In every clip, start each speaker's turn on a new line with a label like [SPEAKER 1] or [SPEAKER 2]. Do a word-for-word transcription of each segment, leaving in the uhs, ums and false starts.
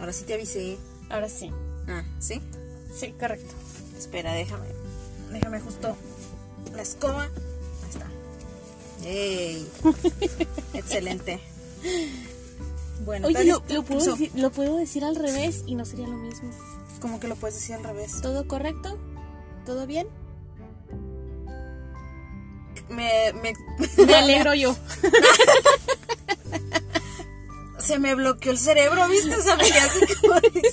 [SPEAKER 1] Ahora sí te avisé.
[SPEAKER 2] Ahora sí.
[SPEAKER 1] Ah, ¿sí?
[SPEAKER 2] Sí, correcto.
[SPEAKER 1] Espera, déjame. Déjame justo la escoba. Ahí está. ¡Yay! Excelente. Bueno,
[SPEAKER 2] Oye,
[SPEAKER 1] ¿estás
[SPEAKER 2] lo,
[SPEAKER 1] listo?
[SPEAKER 2] lo, puedo
[SPEAKER 1] So,
[SPEAKER 2] decir, lo puedo decir al revés y no sería lo mismo.
[SPEAKER 1] ¿Cómo que lo puedes decir al revés?
[SPEAKER 2] ¿Todo correcto? ¿Todo bien?
[SPEAKER 1] Me, me,
[SPEAKER 2] Me alegro yo.
[SPEAKER 1] Se me bloqueó el cerebro, ¿viste? O sea, me quedé así como...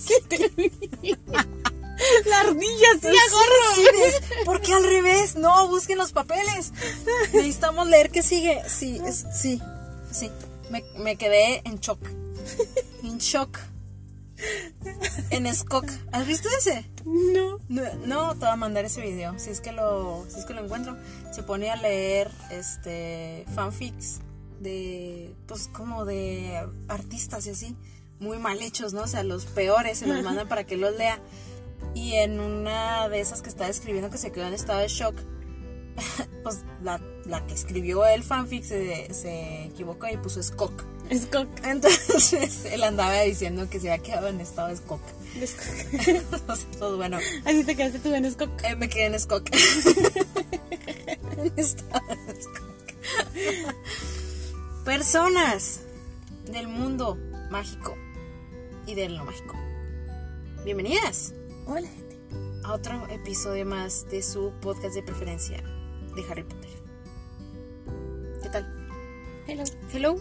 [SPEAKER 2] La ardilla sí,
[SPEAKER 1] Sí,
[SPEAKER 2] agorro.
[SPEAKER 1] sí, ¿ves? ¿Por qué al revés? No, busquen los papeles. Necesitamos leer qué sigue. Sí, es, sí, sí. Me, me quedé en shock. En shock. En Skok. ¿Has visto ese?
[SPEAKER 2] No.
[SPEAKER 1] No, no, te voy a mandar ese video. Si es que lo, si es que lo encuentro. Se pone a leer este fanfics de, pues como de artistas y así, muy mal hechos, ¿no? O sea, los peores se los mandan para que los lea. Y en una de esas que estaba escribiendo, que se quedó en estado de shock, pues la, la que escribió el fanfic se, se equivocó y puso Skok.
[SPEAKER 2] Skok.
[SPEAKER 1] Entonces él andaba diciendo que se había quedado en estado de Skok. Entonces, pues bueno.
[SPEAKER 2] Así te quedaste tú en Skok.
[SPEAKER 1] Eh, me quedé en Skok. En estado de Skok. Personas del mundo mágico y del no mágico. Bienvenidas.
[SPEAKER 2] Hola, gente.
[SPEAKER 1] A otro episodio más de su podcast de preferencia de Harry Potter. ¿Qué tal?
[SPEAKER 2] Hello.
[SPEAKER 1] Hello.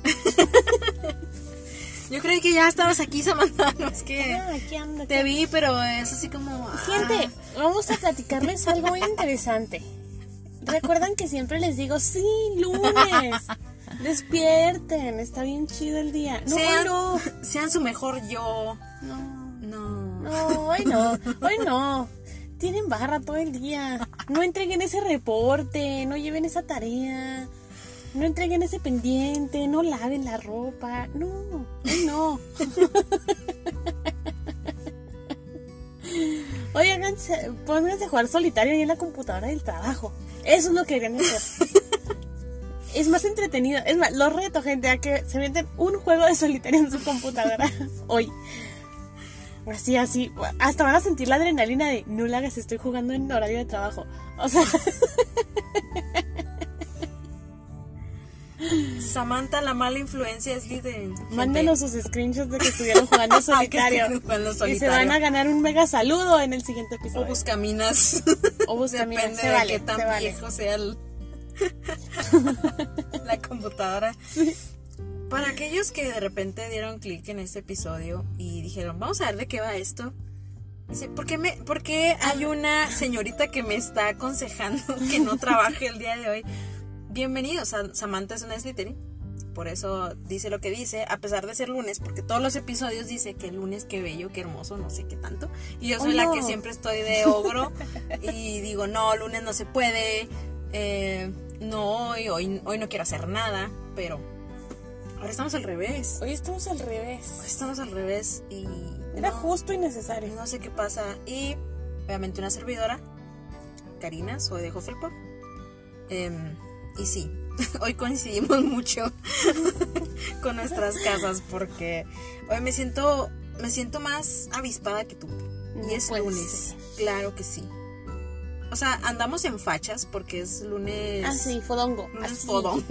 [SPEAKER 1] Yo creí que ya estabas aquí, Samantha. No, es que
[SPEAKER 2] Ah, aquí ando.
[SPEAKER 1] te vi, pero es así como...
[SPEAKER 2] Gente, vamos a platicarles algo muy interesante. ¿Recuerdan que siempre les digo, sí, lunes? Despierten, está bien chido el día. No,
[SPEAKER 1] sean,
[SPEAKER 2] no.
[SPEAKER 1] Sean su mejor yo.
[SPEAKER 2] No.
[SPEAKER 1] No.
[SPEAKER 2] No, hoy no, hoy no. Tienen barra todo el día. No entreguen ese reporte, no lleven esa tarea, no entreguen ese pendiente, no laven la ropa. No, hoy no. Hoy háganse, pónganse a jugar solitario ahí en la computadora del trabajo. Eso es lo que deberían hacer. Es más entretenido. Es más, los reto, gente, a que se meten un juego de solitario en su computadora hoy. Así, así. Hasta van a sentir la adrenalina de no la hagas, estoy jugando en horario de trabajo. O sea.
[SPEAKER 1] Samantha, la mala influencia es líder.
[SPEAKER 2] Mándenos sus screenshots de que estuvieron jugando solitario.
[SPEAKER 1] Que jugando solitario.
[SPEAKER 2] Y se van a ganar un mega saludo en el siguiente episodio.
[SPEAKER 1] O buscaminas.
[SPEAKER 2] O buscaminas.
[SPEAKER 1] Depende
[SPEAKER 2] se
[SPEAKER 1] de
[SPEAKER 2] vale,
[SPEAKER 1] qué tan
[SPEAKER 2] se vale.
[SPEAKER 1] viejo sea el... la computadora.
[SPEAKER 2] Sí.
[SPEAKER 1] Para aquellos que de repente dieron clic en este episodio y dijeron, vamos a ver de qué va esto. Dice, ¿por qué, me, ¿por qué hay una señorita que me está aconsejando que no trabaje el día de hoy? Bienvenidos, Samantha es una Slytherin. Por eso dice lo que dice, a pesar de ser lunes, porque todos los episodios dice que el lunes qué bello, qué hermoso, no sé qué tanto. Y yo soy
[SPEAKER 2] oh,
[SPEAKER 1] la
[SPEAKER 2] no.
[SPEAKER 1] que siempre estoy de ogro y digo, no, lunes no se puede, eh, no, hoy, hoy, hoy no quiero hacer nada, pero ahora estamos al revés.
[SPEAKER 2] Hoy estamos al revés.
[SPEAKER 1] Hoy estamos al revés y...
[SPEAKER 2] Era
[SPEAKER 1] no,
[SPEAKER 2] justo y necesario.
[SPEAKER 1] no sé qué pasa. Y obviamente una servidora, Karina, soy de Hufflepuff. Eh, y sí, hoy coincidimos mucho con nuestras casas porque hoy me siento me siento más avispada que tú.
[SPEAKER 2] No
[SPEAKER 1] y es
[SPEAKER 2] puede
[SPEAKER 1] lunes,
[SPEAKER 2] ser.
[SPEAKER 1] claro que sí. O sea, andamos en fachas porque es lunes.
[SPEAKER 2] Ah, sí, fodongo.
[SPEAKER 1] Lunes
[SPEAKER 2] Así.
[SPEAKER 1] fodongo.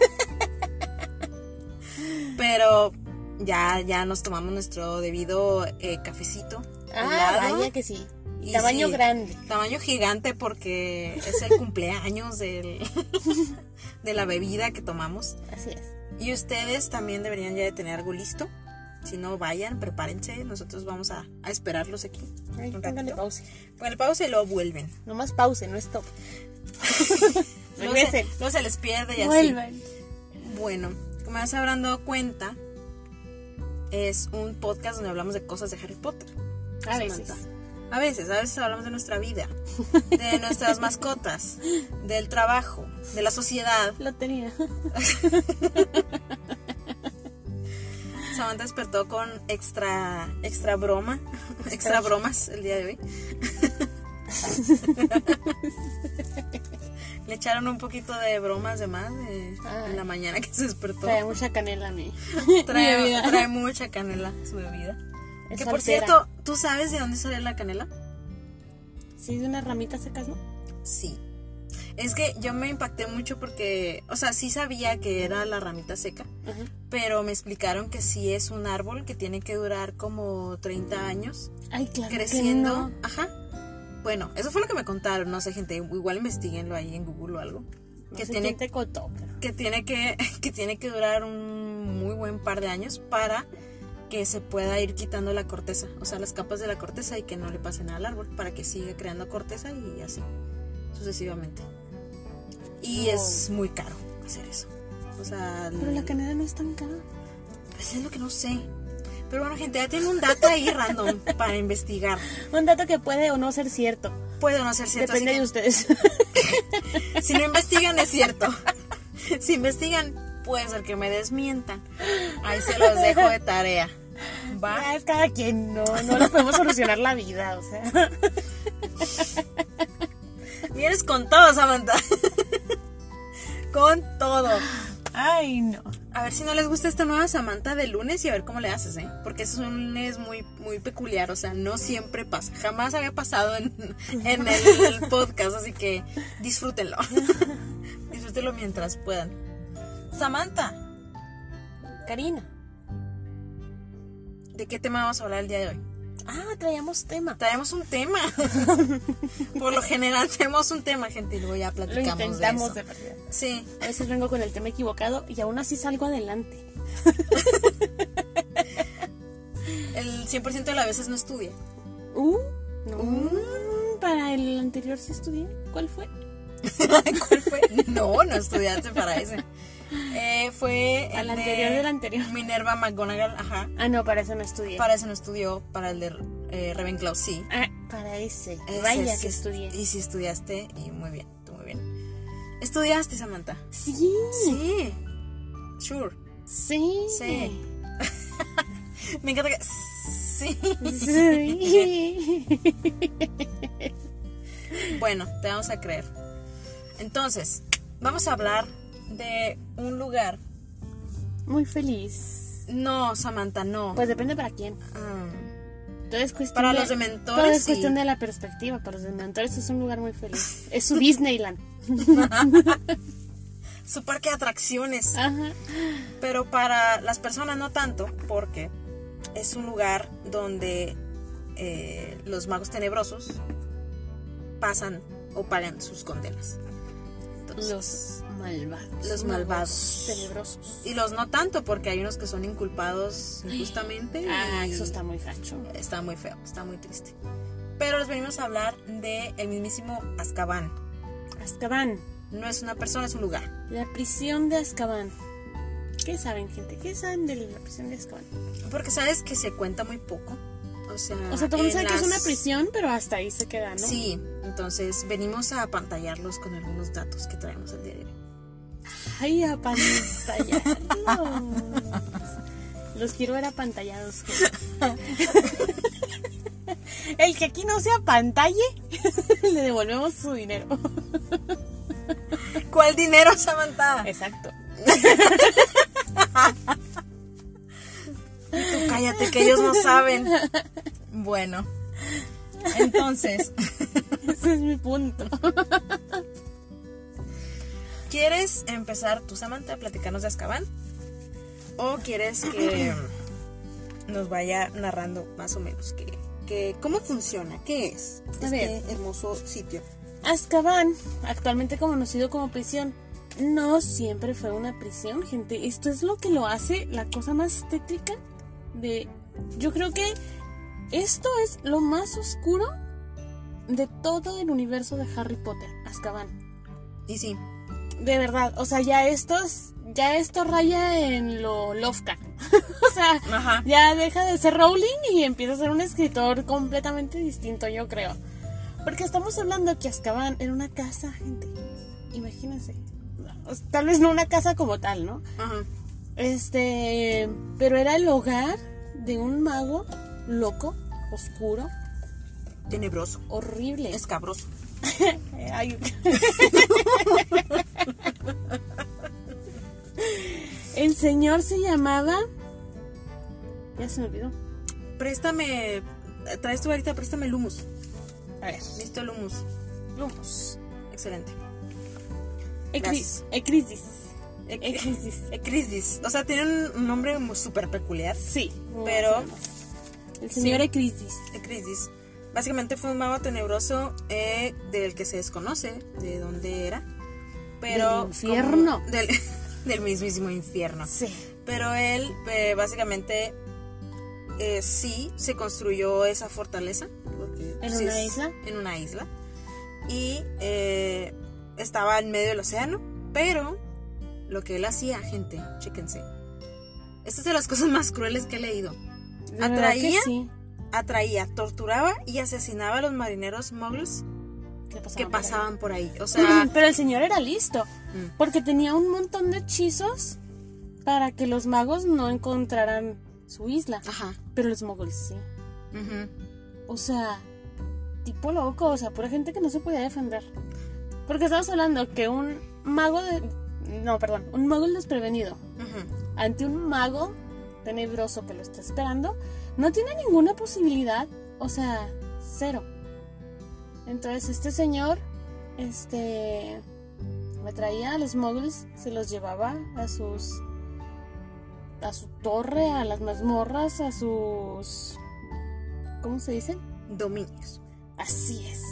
[SPEAKER 1] Pero ya, ya nos tomamos nuestro debido eh, cafecito.
[SPEAKER 2] Ah,
[SPEAKER 1] helado.
[SPEAKER 2] vaya que sí.
[SPEAKER 1] Y
[SPEAKER 2] Tamaño
[SPEAKER 1] sí,
[SPEAKER 2] grande.
[SPEAKER 1] Tamaño gigante porque es el cumpleaños del, de la bebida que tomamos.
[SPEAKER 2] Así es.
[SPEAKER 1] Y ustedes también deberían ya de tener algo listo. Si no, vayan, prepárense. Nosotros vamos a, a esperarlos aquí.
[SPEAKER 2] Ay,
[SPEAKER 1] un
[SPEAKER 2] póngale
[SPEAKER 1] ratito.
[SPEAKER 2] pause.
[SPEAKER 1] Póngale pausa y luego vuelven.
[SPEAKER 2] Nomás pause, no stop.
[SPEAKER 1] No se,
[SPEAKER 2] Regresen.
[SPEAKER 1] no se les pierde y así.
[SPEAKER 2] Vuelvan.
[SPEAKER 1] Bueno, como ya se habrán dado cuenta, es un podcast donde hablamos de cosas de Harry Potter.
[SPEAKER 2] A
[SPEAKER 1] Samantha.
[SPEAKER 2] veces.
[SPEAKER 1] A veces, a veces hablamos de nuestra vida, de nuestras mascotas, del trabajo, de la sociedad.
[SPEAKER 2] Lo tenía.
[SPEAKER 1] Samantha despertó con extra extra broma, extra, extra bromas el día de hoy. Le echaron un poquito de bromas de más de, en la mañana que se despertó.
[SPEAKER 2] Trae mucha canela a mí.
[SPEAKER 1] Trae, trae mucha canela su bebida.
[SPEAKER 2] Es
[SPEAKER 1] Que por
[SPEAKER 2] soltera.
[SPEAKER 1] cierto, ¿tú sabes de dónde sale la canela?
[SPEAKER 2] Sí, de unas ramitas secas, ¿no?
[SPEAKER 1] Sí. Es que yo me impacté mucho porque, o sea, sí sabía que era la ramita seca,
[SPEAKER 2] Ajá.
[SPEAKER 1] pero me explicaron que sí es un árbol que tiene que durar como treinta años
[SPEAKER 2] Ay, claro
[SPEAKER 1] creciendo.
[SPEAKER 2] que no.
[SPEAKER 1] Ajá. Bueno, eso fue lo que me contaron, no sé, gente, igual investiguenlo ahí en Google o algo.
[SPEAKER 2] No
[SPEAKER 1] Que
[SPEAKER 2] sé
[SPEAKER 1] tiene
[SPEAKER 2] quién te contó, pero...
[SPEAKER 1] que tiene que que tiene que durar un muy buen par de años para que se pueda ir quitando la corteza, o sea, las capas de la corteza y que no le pase nada al árbol, para que siga creando corteza y así sucesivamente. Y
[SPEAKER 2] No.
[SPEAKER 1] es muy caro hacer eso. O sea,
[SPEAKER 2] Pero la canela no es tan cara.
[SPEAKER 1] pues es lo que no sé. Pero bueno, gente, ya tiene un dato ahí random para investigar.
[SPEAKER 2] Un dato que puede o no ser cierto.
[SPEAKER 1] Puede o no ser cierto.
[SPEAKER 2] Depende
[SPEAKER 1] así
[SPEAKER 2] de ustedes.
[SPEAKER 1] que, si no investigan, es cierto. Si investigan, puede ser que me desmientan. Ahí se los dejo de tarea. ¿Va?
[SPEAKER 2] Ya es cada quien, no, no le podemos solucionar la vida, o sea.
[SPEAKER 1] Vienes con todo, Samantha. Con todo.
[SPEAKER 2] Ay, no.
[SPEAKER 1] A ver si no les gusta esta nueva Samantha de lunes y a ver cómo le haces, ¿eh? Porque es un lunes muy, muy peculiar, o sea, no siempre pasa. Jamás había pasado en, en el, el podcast, así que disfrútenlo. Disfrútenlo mientras puedan. Samantha,
[SPEAKER 2] Karina.
[SPEAKER 1] ¿de qué tema vamos a hablar el día de hoy?
[SPEAKER 2] Ah, traíamos tema.
[SPEAKER 1] Traemos un tema. Por lo general tenemos un tema, gente, y luego ya
[SPEAKER 2] Lo
[SPEAKER 1] platicamos
[SPEAKER 2] intentamos
[SPEAKER 1] de
[SPEAKER 2] de
[SPEAKER 1] eso.
[SPEAKER 2] verdad.
[SPEAKER 1] Sí.
[SPEAKER 2] A veces vengo con el tema equivocado y aún así salgo adelante.
[SPEAKER 1] El cien por ciento de las veces no estudia.
[SPEAKER 2] Uh, no.
[SPEAKER 1] Uh.
[SPEAKER 2] Para el anterior sí estudié. ¿Cuál fue?
[SPEAKER 1] ¿Cuál fue? No, no estudiaste para ese. Eh, fue
[SPEAKER 2] Al
[SPEAKER 1] el de
[SPEAKER 2] anterior del anterior.
[SPEAKER 1] Minerva McGonagall, ajá.
[SPEAKER 2] Ah, no, para eso no estudié.
[SPEAKER 1] Para eso no estudió, para el de eh, Ravenclaw sí.
[SPEAKER 2] Ah, para ese.
[SPEAKER 1] Ese
[SPEAKER 2] Vaya
[SPEAKER 1] sí
[SPEAKER 2] que
[SPEAKER 1] est-
[SPEAKER 2] estudié.
[SPEAKER 1] Y sí estudiaste, y muy bien, tú muy bien. ¿Estudiaste, Samantha?
[SPEAKER 2] Sí.
[SPEAKER 1] Sí. Sure.
[SPEAKER 2] Sí.
[SPEAKER 1] Sí. Me encanta que... Sí.
[SPEAKER 2] Sí.
[SPEAKER 1] Bueno, te vamos a creer. Entonces, vamos a hablar de un lugar.
[SPEAKER 2] Muy feliz.
[SPEAKER 1] No, Samantha, no.
[SPEAKER 2] Pues depende para quién.
[SPEAKER 1] Ah,
[SPEAKER 2] Todo es cuestión
[SPEAKER 1] para
[SPEAKER 2] de,
[SPEAKER 1] los
[SPEAKER 2] todo
[SPEAKER 1] dementores,
[SPEAKER 2] es
[SPEAKER 1] sí.
[SPEAKER 2] cuestión de la perspectiva. Para los dementores es un lugar muy feliz. Es su Disneyland.
[SPEAKER 1] Su parque de atracciones.
[SPEAKER 2] Ajá.
[SPEAKER 1] Pero para las personas no tanto, porque es un lugar donde eh, los magos tenebrosos pasan o pagan sus condenas. Entonces,
[SPEAKER 2] Los malvados.
[SPEAKER 1] Los malvados.
[SPEAKER 2] Tenebrosos.
[SPEAKER 1] y los no tanto, porque hay unos que son inculpados injustamente.
[SPEAKER 2] Ah,
[SPEAKER 1] y
[SPEAKER 2] eso está muy gacho.
[SPEAKER 1] está muy feo, está muy triste. Pero les venimos a hablar de el mismísimo Azkaban.
[SPEAKER 2] Azkaban.
[SPEAKER 1] No es una persona, es un lugar.
[SPEAKER 2] La prisión de Azkaban. ¿Qué saben, gente? ¿Qué saben de la prisión de Azkaban?
[SPEAKER 1] Porque sabes que se cuenta muy poco. O sea,
[SPEAKER 2] O sea, todo el mundo
[SPEAKER 1] en
[SPEAKER 2] sabe que es una
[SPEAKER 1] las-
[SPEAKER 2] prisión, pero hasta ahí se queda, ¿no?
[SPEAKER 1] Sí, entonces venimos a apantallarlos con algunos datos que traemos el día de hoy.
[SPEAKER 2] Ay, apantallarlos. Los quiero ver apantallados. El que aquí no se apantalle, le devolvemos su dinero.
[SPEAKER 1] ¿Cuál dinero, Samantha?
[SPEAKER 2] Exacto.
[SPEAKER 1] Tú cállate, que ellos no saben. Bueno, entonces,
[SPEAKER 2] Ese es mi punto.
[SPEAKER 1] ¿quieres empezar tú, Samantha, a platicarnos de Azkaban? ¿O quieres que nos vaya narrando más o menos que, que cómo funciona? ¿Qué es
[SPEAKER 2] A
[SPEAKER 1] este
[SPEAKER 2] ver.
[SPEAKER 1] hermoso sitio?
[SPEAKER 2] Azkaban, actualmente conocido como prisión, no siempre fue una prisión, gente. Esto es lo que lo hace la cosa más tétrica de... Yo creo que esto es lo más oscuro de todo el universo de Harry Potter, Azkaban.
[SPEAKER 1] Y sí,
[SPEAKER 2] De verdad, o sea, ya esto es- ya esto raya en lo Lovecraft. O sea,
[SPEAKER 1] ajá.
[SPEAKER 2] ya deja de ser Rowling y empieza a ser un escritor completamente distinto, yo creo. Porque estamos hablando que Azkaban era una casa, gente. Imagínense. O sea, tal vez no una casa como tal, ¿no?
[SPEAKER 1] Ajá.
[SPEAKER 2] Este, pero era el hogar de un mago loco, oscuro,
[SPEAKER 1] Tenebroso,
[SPEAKER 2] horrible.
[SPEAKER 1] escabroso.
[SPEAKER 2] Ay. El señor se llamaba... Ya se me olvidó.
[SPEAKER 1] préstame, traes tu varita, préstame el humus.
[SPEAKER 2] A ver.
[SPEAKER 1] Listo el humus.
[SPEAKER 2] Humus.
[SPEAKER 1] Excelente.
[SPEAKER 2] Ecris, Ecrisis.
[SPEAKER 1] Ec-
[SPEAKER 2] Ecrisis.
[SPEAKER 1] Ecrisis. O sea, tiene un nombre súper peculiar.
[SPEAKER 2] Sí.
[SPEAKER 1] Pero...
[SPEAKER 2] El señor
[SPEAKER 1] sí.
[SPEAKER 2] Ecrisis.
[SPEAKER 1] Ecrisis. Básicamente fue un mago tenebroso eh, del que se desconoce de dónde era. Pero...
[SPEAKER 2] Del infierno.
[SPEAKER 1] como- del, del mismísimo infierno.
[SPEAKER 2] Sí.
[SPEAKER 1] Pero él, eh, básicamente, eh, sí se construyó esa fortaleza. Porque,
[SPEAKER 2] ¿En
[SPEAKER 1] sí
[SPEAKER 2] una
[SPEAKER 1] es-
[SPEAKER 2] isla?
[SPEAKER 1] En una isla. Y eh, estaba en medio del océano. Pero lo que él hacía, gente, chéquense. Esta es de las cosas más crueles que he leído.
[SPEAKER 2] De verdad
[SPEAKER 1] Atraía,
[SPEAKER 2] que sí.
[SPEAKER 1] atraía, torturaba y asesinaba a los marineros muggles
[SPEAKER 2] Que pasaban
[SPEAKER 1] que
[SPEAKER 2] por ahí.
[SPEAKER 1] pasaban por ahí. O sea,
[SPEAKER 2] Pero el señor era listo,
[SPEAKER 1] mm,
[SPEAKER 2] porque tenía un montón de hechizos para que los magos no encontraran su isla.
[SPEAKER 1] ajá.
[SPEAKER 2] Pero los moguls sí.
[SPEAKER 1] Ujú.
[SPEAKER 2] O sea, tipo loco, o sea, pura gente que no se podía defender. Porque estamos hablando que un mago de... No, perdón, un mogul desprevenido
[SPEAKER 1] Ujú.
[SPEAKER 2] ante un mago tenebroso que lo está esperando, no tiene ninguna posibilidad, o sea, cero. Entonces este señor, este, me traía a los moguls, se los llevaba a sus, a su torre, a las mazmorras, a sus, ¿cómo se dice?
[SPEAKER 1] Dominios.
[SPEAKER 2] Así es.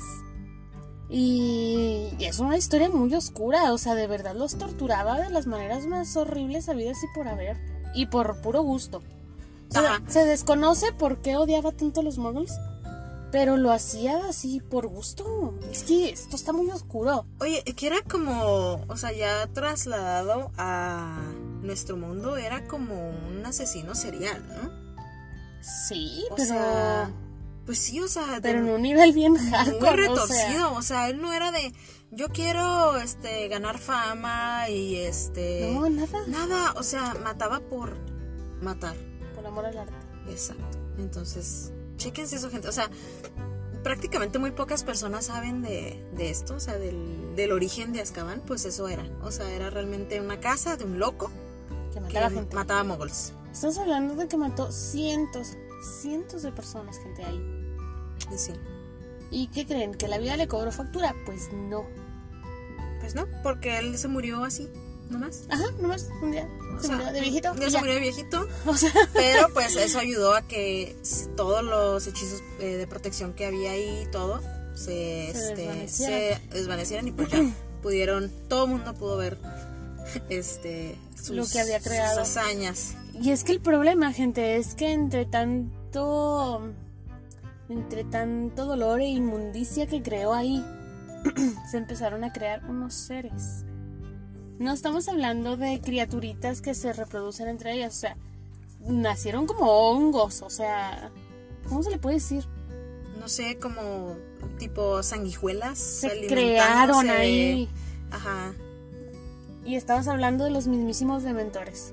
[SPEAKER 2] Y, y es una historia muy oscura, o sea, de verdad los torturaba de las maneras más horribles habidas y por haber, y por puro gusto. O sea,
[SPEAKER 1] Ajá.
[SPEAKER 2] se desconoce por qué odiaba tanto a los muggles, pero lo hacía así por gusto. Es que esto está muy oscuro.
[SPEAKER 1] Oye, que era como, o sea, ya trasladado a nuestro mundo, era como un asesino serial, ¿no?
[SPEAKER 2] Sí,
[SPEAKER 1] O
[SPEAKER 2] pero...
[SPEAKER 1] sea, pues sí, o sea, de-
[SPEAKER 2] pero en un nivel bien
[SPEAKER 1] muy
[SPEAKER 2] hardcore,
[SPEAKER 1] retorcido,
[SPEAKER 2] o
[SPEAKER 1] o sea, él no era de, yo quiero, este, ganar fama y, este,
[SPEAKER 2] sea, no, nada.
[SPEAKER 1] nada, o sea, mataba por matar,
[SPEAKER 2] Por amor al arte.
[SPEAKER 1] exacto, entonces, chéquense eso, gente, o sea, prácticamente muy pocas personas saben de, de esto, o sea, del, del origen de Azkaban, pues eso era, o sea, era realmente una casa de un loco
[SPEAKER 2] Que
[SPEAKER 1] que
[SPEAKER 2] mataba gente.
[SPEAKER 1] mataba moguls,
[SPEAKER 2] Estamos hablando de que mató cientos, cientos de personas, gente, ahí.
[SPEAKER 1] y sí,
[SPEAKER 2] ¿Y qué creen? ¿Que la vida le cobró factura? Pues no.
[SPEAKER 1] pues no, porque él se murió así, nomás,
[SPEAKER 2] Ajá, nomás un día.
[SPEAKER 1] o
[SPEAKER 2] Se
[SPEAKER 1] sea,
[SPEAKER 2] murió de viejito.
[SPEAKER 1] ya
[SPEAKER 2] y
[SPEAKER 1] se
[SPEAKER 2] ya.
[SPEAKER 1] murió de viejito.
[SPEAKER 2] O sea,
[SPEAKER 1] Pero pues eso ayudó a que todos los hechizos eh, de protección que había ahí y todo se,
[SPEAKER 2] Se
[SPEAKER 1] este,
[SPEAKER 2] desvanecieran.
[SPEAKER 1] se desvanecieran y pues ya pudieron, todo el mundo pudo ver este sus,
[SPEAKER 2] Lo que había creado.
[SPEAKER 1] sus hazañas.
[SPEAKER 2] y es que el problema, gente, es que entre tanto, entre tanto dolor e inmundicia que creó ahí, se empezaron a crear unos seres. No estamos hablando de criaturitas que se reproducen entre ellas, o sea, nacieron como hongos, o sea, ¿cómo se le puede decir?
[SPEAKER 1] No sé, como tipo sanguijuelas.
[SPEAKER 2] Se
[SPEAKER 1] alimentándose
[SPEAKER 2] crearon
[SPEAKER 1] de-
[SPEAKER 2] ahí.
[SPEAKER 1] Ajá.
[SPEAKER 2] Y estamos hablando de los mismísimos dementores.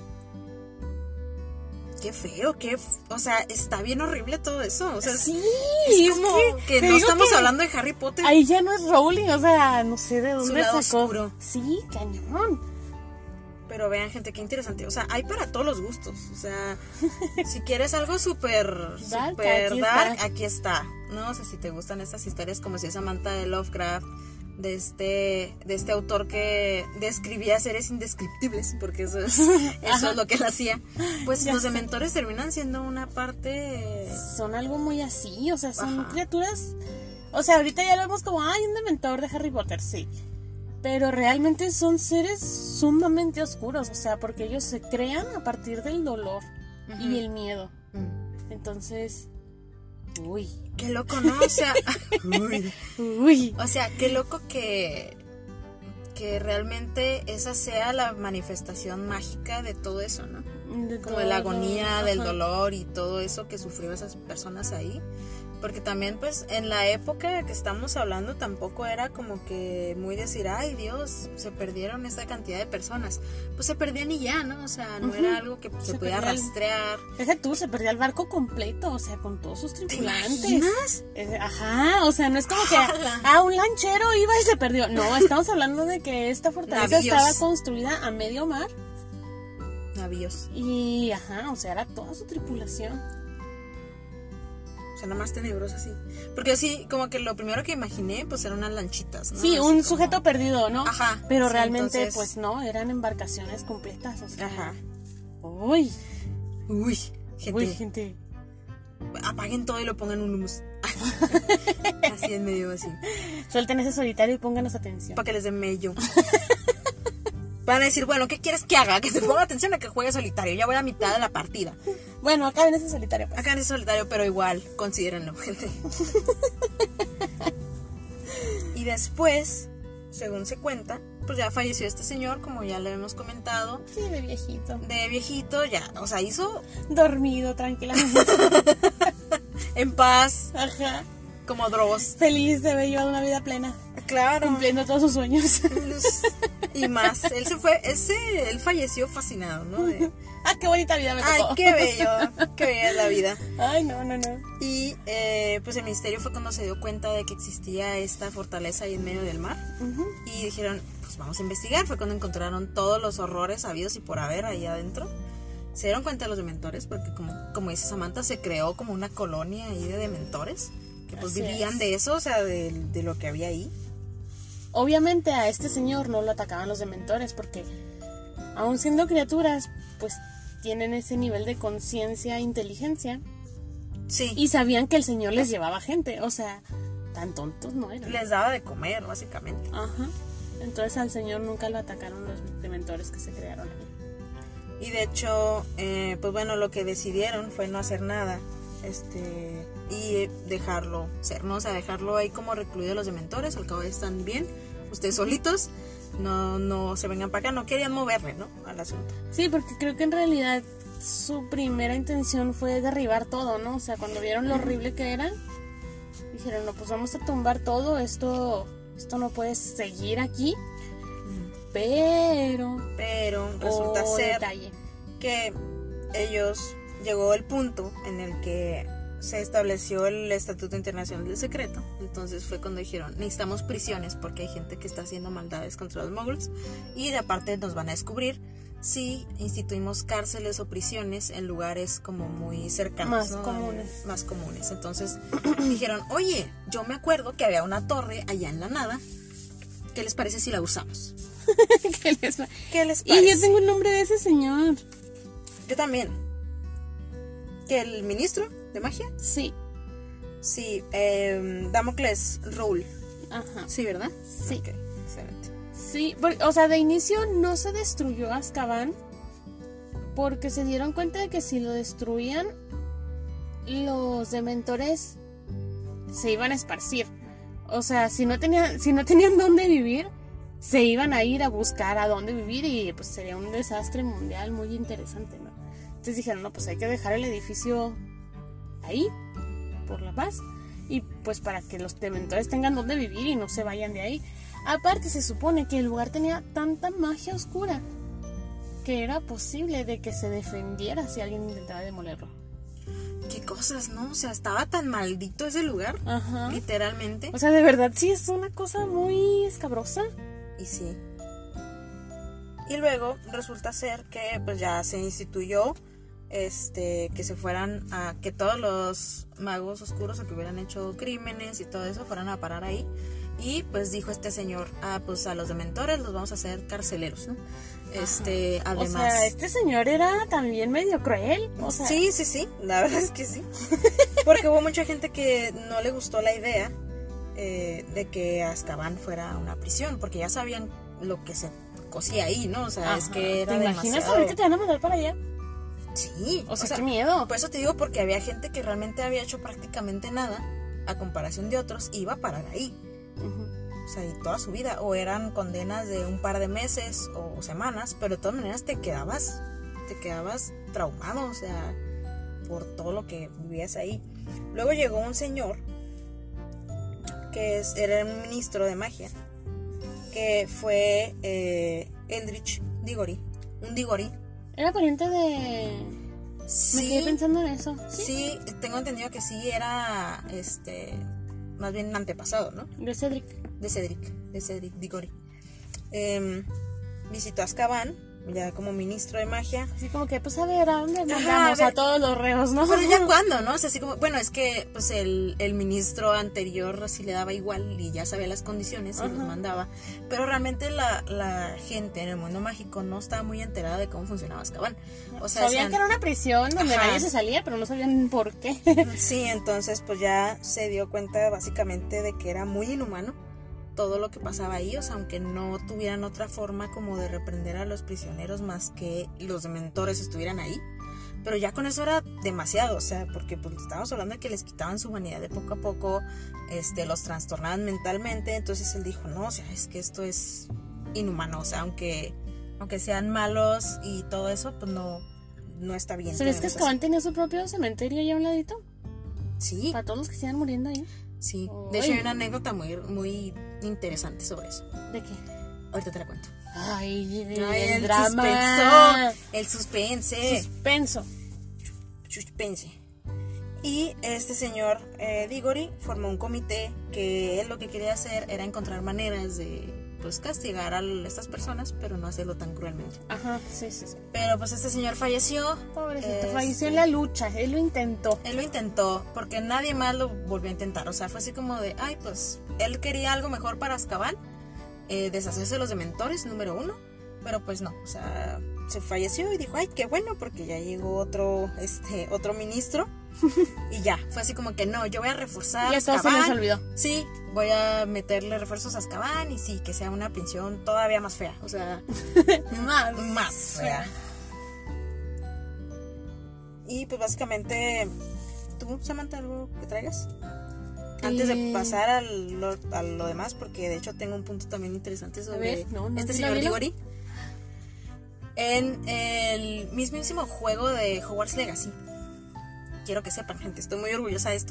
[SPEAKER 1] Qué feo, qué, f- o sea, está bien horrible todo eso. O sea, es-
[SPEAKER 2] Sí,
[SPEAKER 1] es como que,
[SPEAKER 2] te
[SPEAKER 1] no
[SPEAKER 2] digo
[SPEAKER 1] estamos
[SPEAKER 2] que
[SPEAKER 1] hablando de Harry Potter.
[SPEAKER 2] ahí ya no es Rowling, o sea, no sé de dónde
[SPEAKER 1] lado
[SPEAKER 2] sacó.
[SPEAKER 1] oscuro.
[SPEAKER 2] Sí, cañón.
[SPEAKER 1] Pero vean, gente, qué interesante. O sea, hay para todos los gustos. O sea, si quieres algo súper,
[SPEAKER 2] Dark,
[SPEAKER 1] súper
[SPEAKER 2] aquí
[SPEAKER 1] dark,
[SPEAKER 2] está.
[SPEAKER 1] aquí está. No, o sea, si te gustan estas historias como si es Samantha de Lovecraft, de este, de este autor que describía seres indescriptibles, porque eso es, eso es lo que él hacía. Pues
[SPEAKER 2] Ya
[SPEAKER 1] los
[SPEAKER 2] sé.
[SPEAKER 1] dementores terminan siendo una parte.
[SPEAKER 2] Son algo muy así, o sea, son
[SPEAKER 1] Ajá.
[SPEAKER 2] criaturas. O sea, ahorita ya lo vemos como, ay, un dementor de Harry Potter, sí. Pero realmente son seres sumamente oscuros, o sea, porque ellos se crean a partir del dolor
[SPEAKER 1] Ujú.
[SPEAKER 2] y el miedo.
[SPEAKER 1] Mm.
[SPEAKER 2] Entonces, uy,
[SPEAKER 1] Qué loco, ¿no? O sea, uy.
[SPEAKER 2] uy.
[SPEAKER 1] O sea, qué loco que, que realmente esa sea la manifestación mágica de todo eso, ¿no?
[SPEAKER 2] De
[SPEAKER 1] Como
[SPEAKER 2] todo
[SPEAKER 1] de la
[SPEAKER 2] lo-
[SPEAKER 1] agonía, del
[SPEAKER 2] ajá.
[SPEAKER 1] dolor y todo eso que sufrió esas personas ahí. Porque también, pues, en la época que estamos hablando tampoco era como que muy decir, ay Dios, se perdieron esta cantidad de personas. Pues se perdían y ya, ¿no? O sea, no
[SPEAKER 2] Ujú.
[SPEAKER 1] era algo que se,
[SPEAKER 2] Se
[SPEAKER 1] podía
[SPEAKER 2] perdía el-
[SPEAKER 1] rastrear.
[SPEAKER 2] Deja tú, se perdía el barco completo, o sea, con todos sus
[SPEAKER 1] ¿Te
[SPEAKER 2] tripulantes.
[SPEAKER 1] imaginas?
[SPEAKER 2] Eh, Ajá, o sea, no es como que
[SPEAKER 1] ¡Hala!
[SPEAKER 2] ah, un lanchero iba y se perdió. No, estamos hablando de que esta fortaleza
[SPEAKER 1] Navíos.
[SPEAKER 2] estaba construida a medio mar
[SPEAKER 1] Navíos.
[SPEAKER 2] y, ajá, o sea, era toda su tripulación.
[SPEAKER 1] Suena más tenebroso así. Porque así, como que lo primero que imaginé, pues eran unas lanchitas, ¿no?
[SPEAKER 2] Sí,
[SPEAKER 1] así
[SPEAKER 2] un
[SPEAKER 1] como...
[SPEAKER 2] sujeto perdido, ¿no?
[SPEAKER 1] Ajá.
[SPEAKER 2] Pero
[SPEAKER 1] sí,
[SPEAKER 2] realmente,
[SPEAKER 1] entonces...
[SPEAKER 2] pues no, eran embarcaciones completas. O sea,
[SPEAKER 1] Ajá.
[SPEAKER 2] Uy.
[SPEAKER 1] Uy, gente.
[SPEAKER 2] Uy, gente.
[SPEAKER 1] Apaguen todo y lo pongan en un humus. Así en medio, así.
[SPEAKER 2] Suelten ese solitario y pónganos atención.
[SPEAKER 1] Para que les den mello. Van a decir, bueno, ¿qué quieres que haga? Que se ponga atención a que juegue solitario. Ya voy a mitad de la partida.
[SPEAKER 2] Bueno, acá en ese solitario. Pues.
[SPEAKER 1] Acá en ese solitario, pero igual, considérenlo, gente. Y después, según se cuenta, pues ya falleció este señor, como ya le hemos comentado.
[SPEAKER 2] Sí, de viejito.
[SPEAKER 1] De viejito, ya, o sea, hizo...
[SPEAKER 2] Dormido, tranquilamente.
[SPEAKER 1] En paz.
[SPEAKER 2] Ajá.
[SPEAKER 1] Como Dross.
[SPEAKER 2] Feliz de haber llevado una vida plena.
[SPEAKER 1] Claro.
[SPEAKER 2] Cumpliendo todos sus sueños.
[SPEAKER 1] Y más. Él se fue, ese, él falleció fascinado, ¿no? De,
[SPEAKER 2] ah, qué bonita vida me tocó.
[SPEAKER 1] ay, qué bello. Qué bella es la vida.
[SPEAKER 2] Ay, no, no, no.
[SPEAKER 1] Y eh, pues el ministerio fue cuando se dio cuenta de que existía esta fortaleza ahí en medio del mar. Uh-huh. Y dijeron, pues vamos a investigar. Fue cuando encontraron todos los horrores habidos y por haber ahí adentro. Se dieron cuenta de los dementores, porque como, como dice Samantha, se creó como una colonia ahí de dementores. Que pues
[SPEAKER 2] Así
[SPEAKER 1] vivían
[SPEAKER 2] es.
[SPEAKER 1] de eso, o sea, de, de lo que había ahí.
[SPEAKER 2] Obviamente a este señor no lo atacaban los dementores porque aun siendo criaturas, pues tienen ese nivel de conciencia e inteligencia.
[SPEAKER 1] Sí.
[SPEAKER 2] Y sabían que el señor les llevaba gente, o sea, tan tontos no eran.
[SPEAKER 1] Les daba de comer, básicamente.
[SPEAKER 2] Ajá. Entonces al señor nunca lo atacaron los dementores que se crearon ahí.
[SPEAKER 1] Y de hecho, eh, pues bueno, lo que decidieron fue no hacer nada. Este... y dejarlo ser, ¿no? O sea, dejarlo ahí como recluido a los dementores, al cabo están bien, ustedes solitos, no, no se vengan para acá, no querían moverle, ¿no? Al asunto.
[SPEAKER 2] Sí, porque creo que en realidad su primera intención fue derribar todo, ¿no? O sea, cuando vieron lo horrible que era, dijeron, no, pues vamos a tumbar todo, esto, esto no puede seguir aquí, pero...
[SPEAKER 1] Pero resulta
[SPEAKER 2] oh,
[SPEAKER 1] ser
[SPEAKER 2] detalle.
[SPEAKER 1] que ellos, llegó el punto en el que se estableció el Estatuto Internacional del Secreto. Entonces fue cuando dijeron, necesitamos prisiones porque hay gente que está haciendo maldades contra los moguls y de aparte nos van a descubrir si instituimos cárceles o prisiones en lugares como muy cercanos,
[SPEAKER 2] más
[SPEAKER 1] ¿no?
[SPEAKER 2] comunes.
[SPEAKER 1] Más comunes. Entonces dijeron, oye, yo me acuerdo que había una torre allá en la nada. ¿Qué les parece si la usamos?
[SPEAKER 2] ¿Qué les,
[SPEAKER 1] ¿Qué les parece?
[SPEAKER 2] Y yo tengo el nombre de ese señor.
[SPEAKER 1] Yo también. ¿Que el ministro de magia?
[SPEAKER 2] Sí.
[SPEAKER 1] Sí, eh, Damocles Rule.
[SPEAKER 2] Ajá.
[SPEAKER 1] Sí, ¿verdad?
[SPEAKER 2] Sí.
[SPEAKER 1] Ok, excelente.
[SPEAKER 2] Sí, porque, o sea, de inicio no se destruyó Azkaban porque se dieron cuenta de que si lo destruían, los dementores se iban a esparcir. O sea, si no tenían, si no tenían dónde vivir, se iban a ir a buscar a dónde vivir y pues sería un desastre mundial muy interesante, ¿no? Entonces dijeron, no, pues hay que dejar el edificio ahí, por la paz, y pues para que los dementores tengan dónde vivir y no se vayan de ahí. Aparte se supone que el lugar tenía tanta magia oscura que era posible de que se defendiera si alguien intentaba demolerlo.
[SPEAKER 1] Qué cosas, ¿no? O sea, estaba tan maldito ese lugar.
[SPEAKER 2] Ajá.
[SPEAKER 1] Literalmente.
[SPEAKER 2] O sea, de verdad sí es una cosa muy escabrosa.
[SPEAKER 1] Y sí. Y luego resulta ser que pues ya se instituyó este que se fueran a que todos los magos oscuros o que hubieran hecho crímenes y todo eso fueran a parar ahí. Y pues dijo este señor, ah, pues a los dementores los vamos a hacer carceleros, ¿no? Este,
[SPEAKER 2] Ajá.
[SPEAKER 1] además.
[SPEAKER 2] O sea, este señor era también medio cruel. O sea,
[SPEAKER 1] sí, sí, sí, la verdad es que sí. Porque hubo mucha gente que no le gustó la idea eh, de que Azkaban fuera una prisión, porque ya sabían lo que se cosía ahí, ¿no? O sea,
[SPEAKER 2] ajá.
[SPEAKER 1] es que era
[SPEAKER 2] ¿Te imaginas
[SPEAKER 1] demasiado...
[SPEAKER 2] ahorita te van a mandar para allá?
[SPEAKER 1] Sí.
[SPEAKER 2] O sea, o sea, qué miedo.
[SPEAKER 1] Por eso te digo, porque había gente que realmente había hecho prácticamente nada a comparación de otros, iba a parar ahí. Uh-huh. O sea, y toda su vida, o eran condenas de un par de meses o semanas, pero de todas maneras te quedabas, te quedabas traumado, o sea, por todo lo que vivías ahí. Luego llegó un señor que es, era un ministro de magia, que fue eh, Eldritch Diggory, un Diggory.
[SPEAKER 2] Era pariente de...
[SPEAKER 1] Sí,
[SPEAKER 2] me quedé pensando en eso.
[SPEAKER 1] Sí, sí, tengo entendido que sí era, este, más bien antepasado, ¿no?
[SPEAKER 2] De Cedric.
[SPEAKER 1] De Cedric, de Cedric Diggory. Eh, visitó Azkaban ya como ministro de magia.
[SPEAKER 2] Así como que, pues a ver, ¿a dónde
[SPEAKER 1] Ajá,
[SPEAKER 2] mandamos
[SPEAKER 1] a
[SPEAKER 2] a,
[SPEAKER 1] ver.
[SPEAKER 2] todos los reos, no?
[SPEAKER 1] Pero ya cuándo, ¿no? O sea, así como, bueno, es que pues el, el ministro anterior sí le daba igual y ya sabía las condiciones y
[SPEAKER 2] Ajá.
[SPEAKER 1] los mandaba. Pero realmente la, la gente en el mundo mágico no estaba muy enterada de cómo funcionaba Azkaban. O sea,
[SPEAKER 2] Sabían
[SPEAKER 1] decían-
[SPEAKER 2] que era una prisión donde
[SPEAKER 1] Ajá.
[SPEAKER 2] nadie se salía, pero no sabían por qué.
[SPEAKER 1] Sí, entonces pues ya se dio cuenta básicamente de que era muy inhumano todo lo que pasaba ahí, o sea, aunque no tuvieran otra forma como de reprender a los prisioneros más que los dementores estuvieran ahí, pero ya con eso era demasiado, o sea, porque pues estábamos hablando de que les quitaban su humanidad de poco a poco, este, los trastornaban mentalmente, entonces él dijo, no, o sea, es que esto es inhumano, o sea, aunque, aunque sean malos y todo eso, pues no, no está bien.
[SPEAKER 2] ¿Sabes que
[SPEAKER 1] tenerlos
[SPEAKER 2] Azkaban tenía su propio cementerio ahí a un ladito?
[SPEAKER 1] así. Sí.
[SPEAKER 2] Para todos los que se iban muriendo ahí.
[SPEAKER 1] Sí,
[SPEAKER 2] Ay.
[SPEAKER 1] de hecho hay una anécdota muy, muy interesante sobre eso.
[SPEAKER 2] ¿De qué?
[SPEAKER 1] Ahorita te la cuento.
[SPEAKER 2] Ay, el,
[SPEAKER 1] Ay,
[SPEAKER 2] drama.
[SPEAKER 1] suspenso, el suspense,
[SPEAKER 2] Suspenso.
[SPEAKER 1] suspense. Y este señor eh, Diggory formó un comité que él lo que quería hacer era encontrar maneras de pues castigar a estas personas, pero no hacerlo tan cruelmente.
[SPEAKER 2] Ajá, sí, sí, sí.
[SPEAKER 1] Pero pues este señor falleció.
[SPEAKER 2] Pobrecito,
[SPEAKER 1] Este,
[SPEAKER 2] falleció en la lucha. Él lo intentó.
[SPEAKER 1] Él lo intentó porque nadie más lo volvió a intentar. O sea, fue así como de, ay, pues él quería algo mejor para Azkaban, eh, deshacerse de los dementores, número uno. Pero pues no, o sea, se falleció y dijo, ay, qué bueno, porque ya llegó otro, este, otro ministro. Y ya, fue así como que no, yo voy a reforzar
[SPEAKER 2] Y a todos se
[SPEAKER 1] Azkaban.
[SPEAKER 2] les olvidó.
[SPEAKER 1] Sí, voy a meterle refuerzos a Azkaban y sí, que sea una prisión todavía más fea. O sea,
[SPEAKER 2] Más.
[SPEAKER 1] más fea. Y pues básicamente, ¿tú, Samantha, algo que traigas? Antes de
[SPEAKER 2] Eh.
[SPEAKER 1] pasar a lo, a lo demás, porque de hecho tengo un punto también interesante sobre
[SPEAKER 2] ver, no, no,
[SPEAKER 1] este
[SPEAKER 2] dilo,
[SPEAKER 1] señor
[SPEAKER 2] dilo.
[SPEAKER 1] Diggory. En el mismísimo juego de Hogwarts Legacy. Quiero que sepan, gente, estoy muy orgullosa de esto.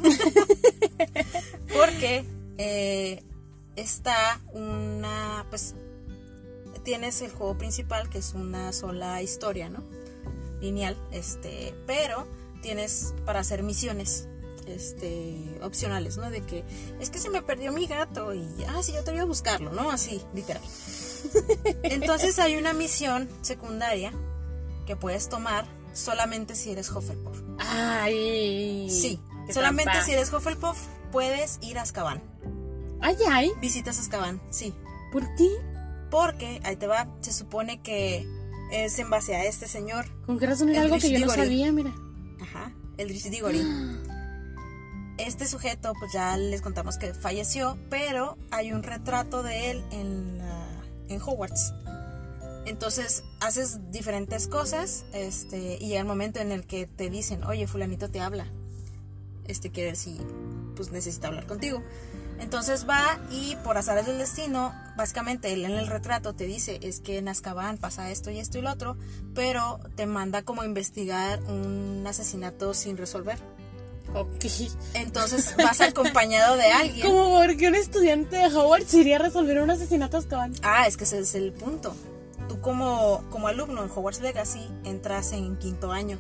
[SPEAKER 1] Porque eh, está una, pues, tienes el juego principal, que es una sola historia, ¿no? Lineal, este, pero tienes para hacer misiones, este, opcionales, ¿no? De que, es que se me perdió mi gato y, ah, sí, yo te voy a buscarlo, ¿no? Así, literal. Entonces hay una misión secundaria que puedes tomar solamente si eres Hufflepuff.
[SPEAKER 2] Ay.
[SPEAKER 1] Sí,
[SPEAKER 2] qué
[SPEAKER 1] solamente
[SPEAKER 2] trampa.
[SPEAKER 1] si eres Hufflepuff puedes ir a Azkaban.
[SPEAKER 2] Ay, ay.
[SPEAKER 1] Visitas Azkaban, sí.
[SPEAKER 2] ¿Por qué?
[SPEAKER 1] Porque, ahí te va, se supone que es en base a este señor.
[SPEAKER 2] ¿Con qué razón era
[SPEAKER 1] El
[SPEAKER 2] algo que yo no
[SPEAKER 1] Diggory.
[SPEAKER 2] sabía? Mira.
[SPEAKER 1] Ajá, el Drizzt Diggory. Este sujeto, pues ya les contamos que falleció, pero hay un retrato de él en, la- en Hogwarts. Entonces haces diferentes cosas, este, y llega el momento en el que te dicen, oye, fulanito te habla, este quiere decir, pues necesita hablar contigo. Entonces va y por azares del destino, básicamente él en el retrato te dice, es que en Azkaban pasa esto y esto y lo otro, pero te manda como a investigar un asesinato sin resolver.
[SPEAKER 2] Ok.
[SPEAKER 1] Entonces vas acompañado de alguien.
[SPEAKER 2] Como porque un estudiante de Hogwarts iría a resolver un asesinato a Azkaban.
[SPEAKER 1] Ah, es que ese es el punto. Tú como, como alumno en Hogwarts Legacy entras en quinto año,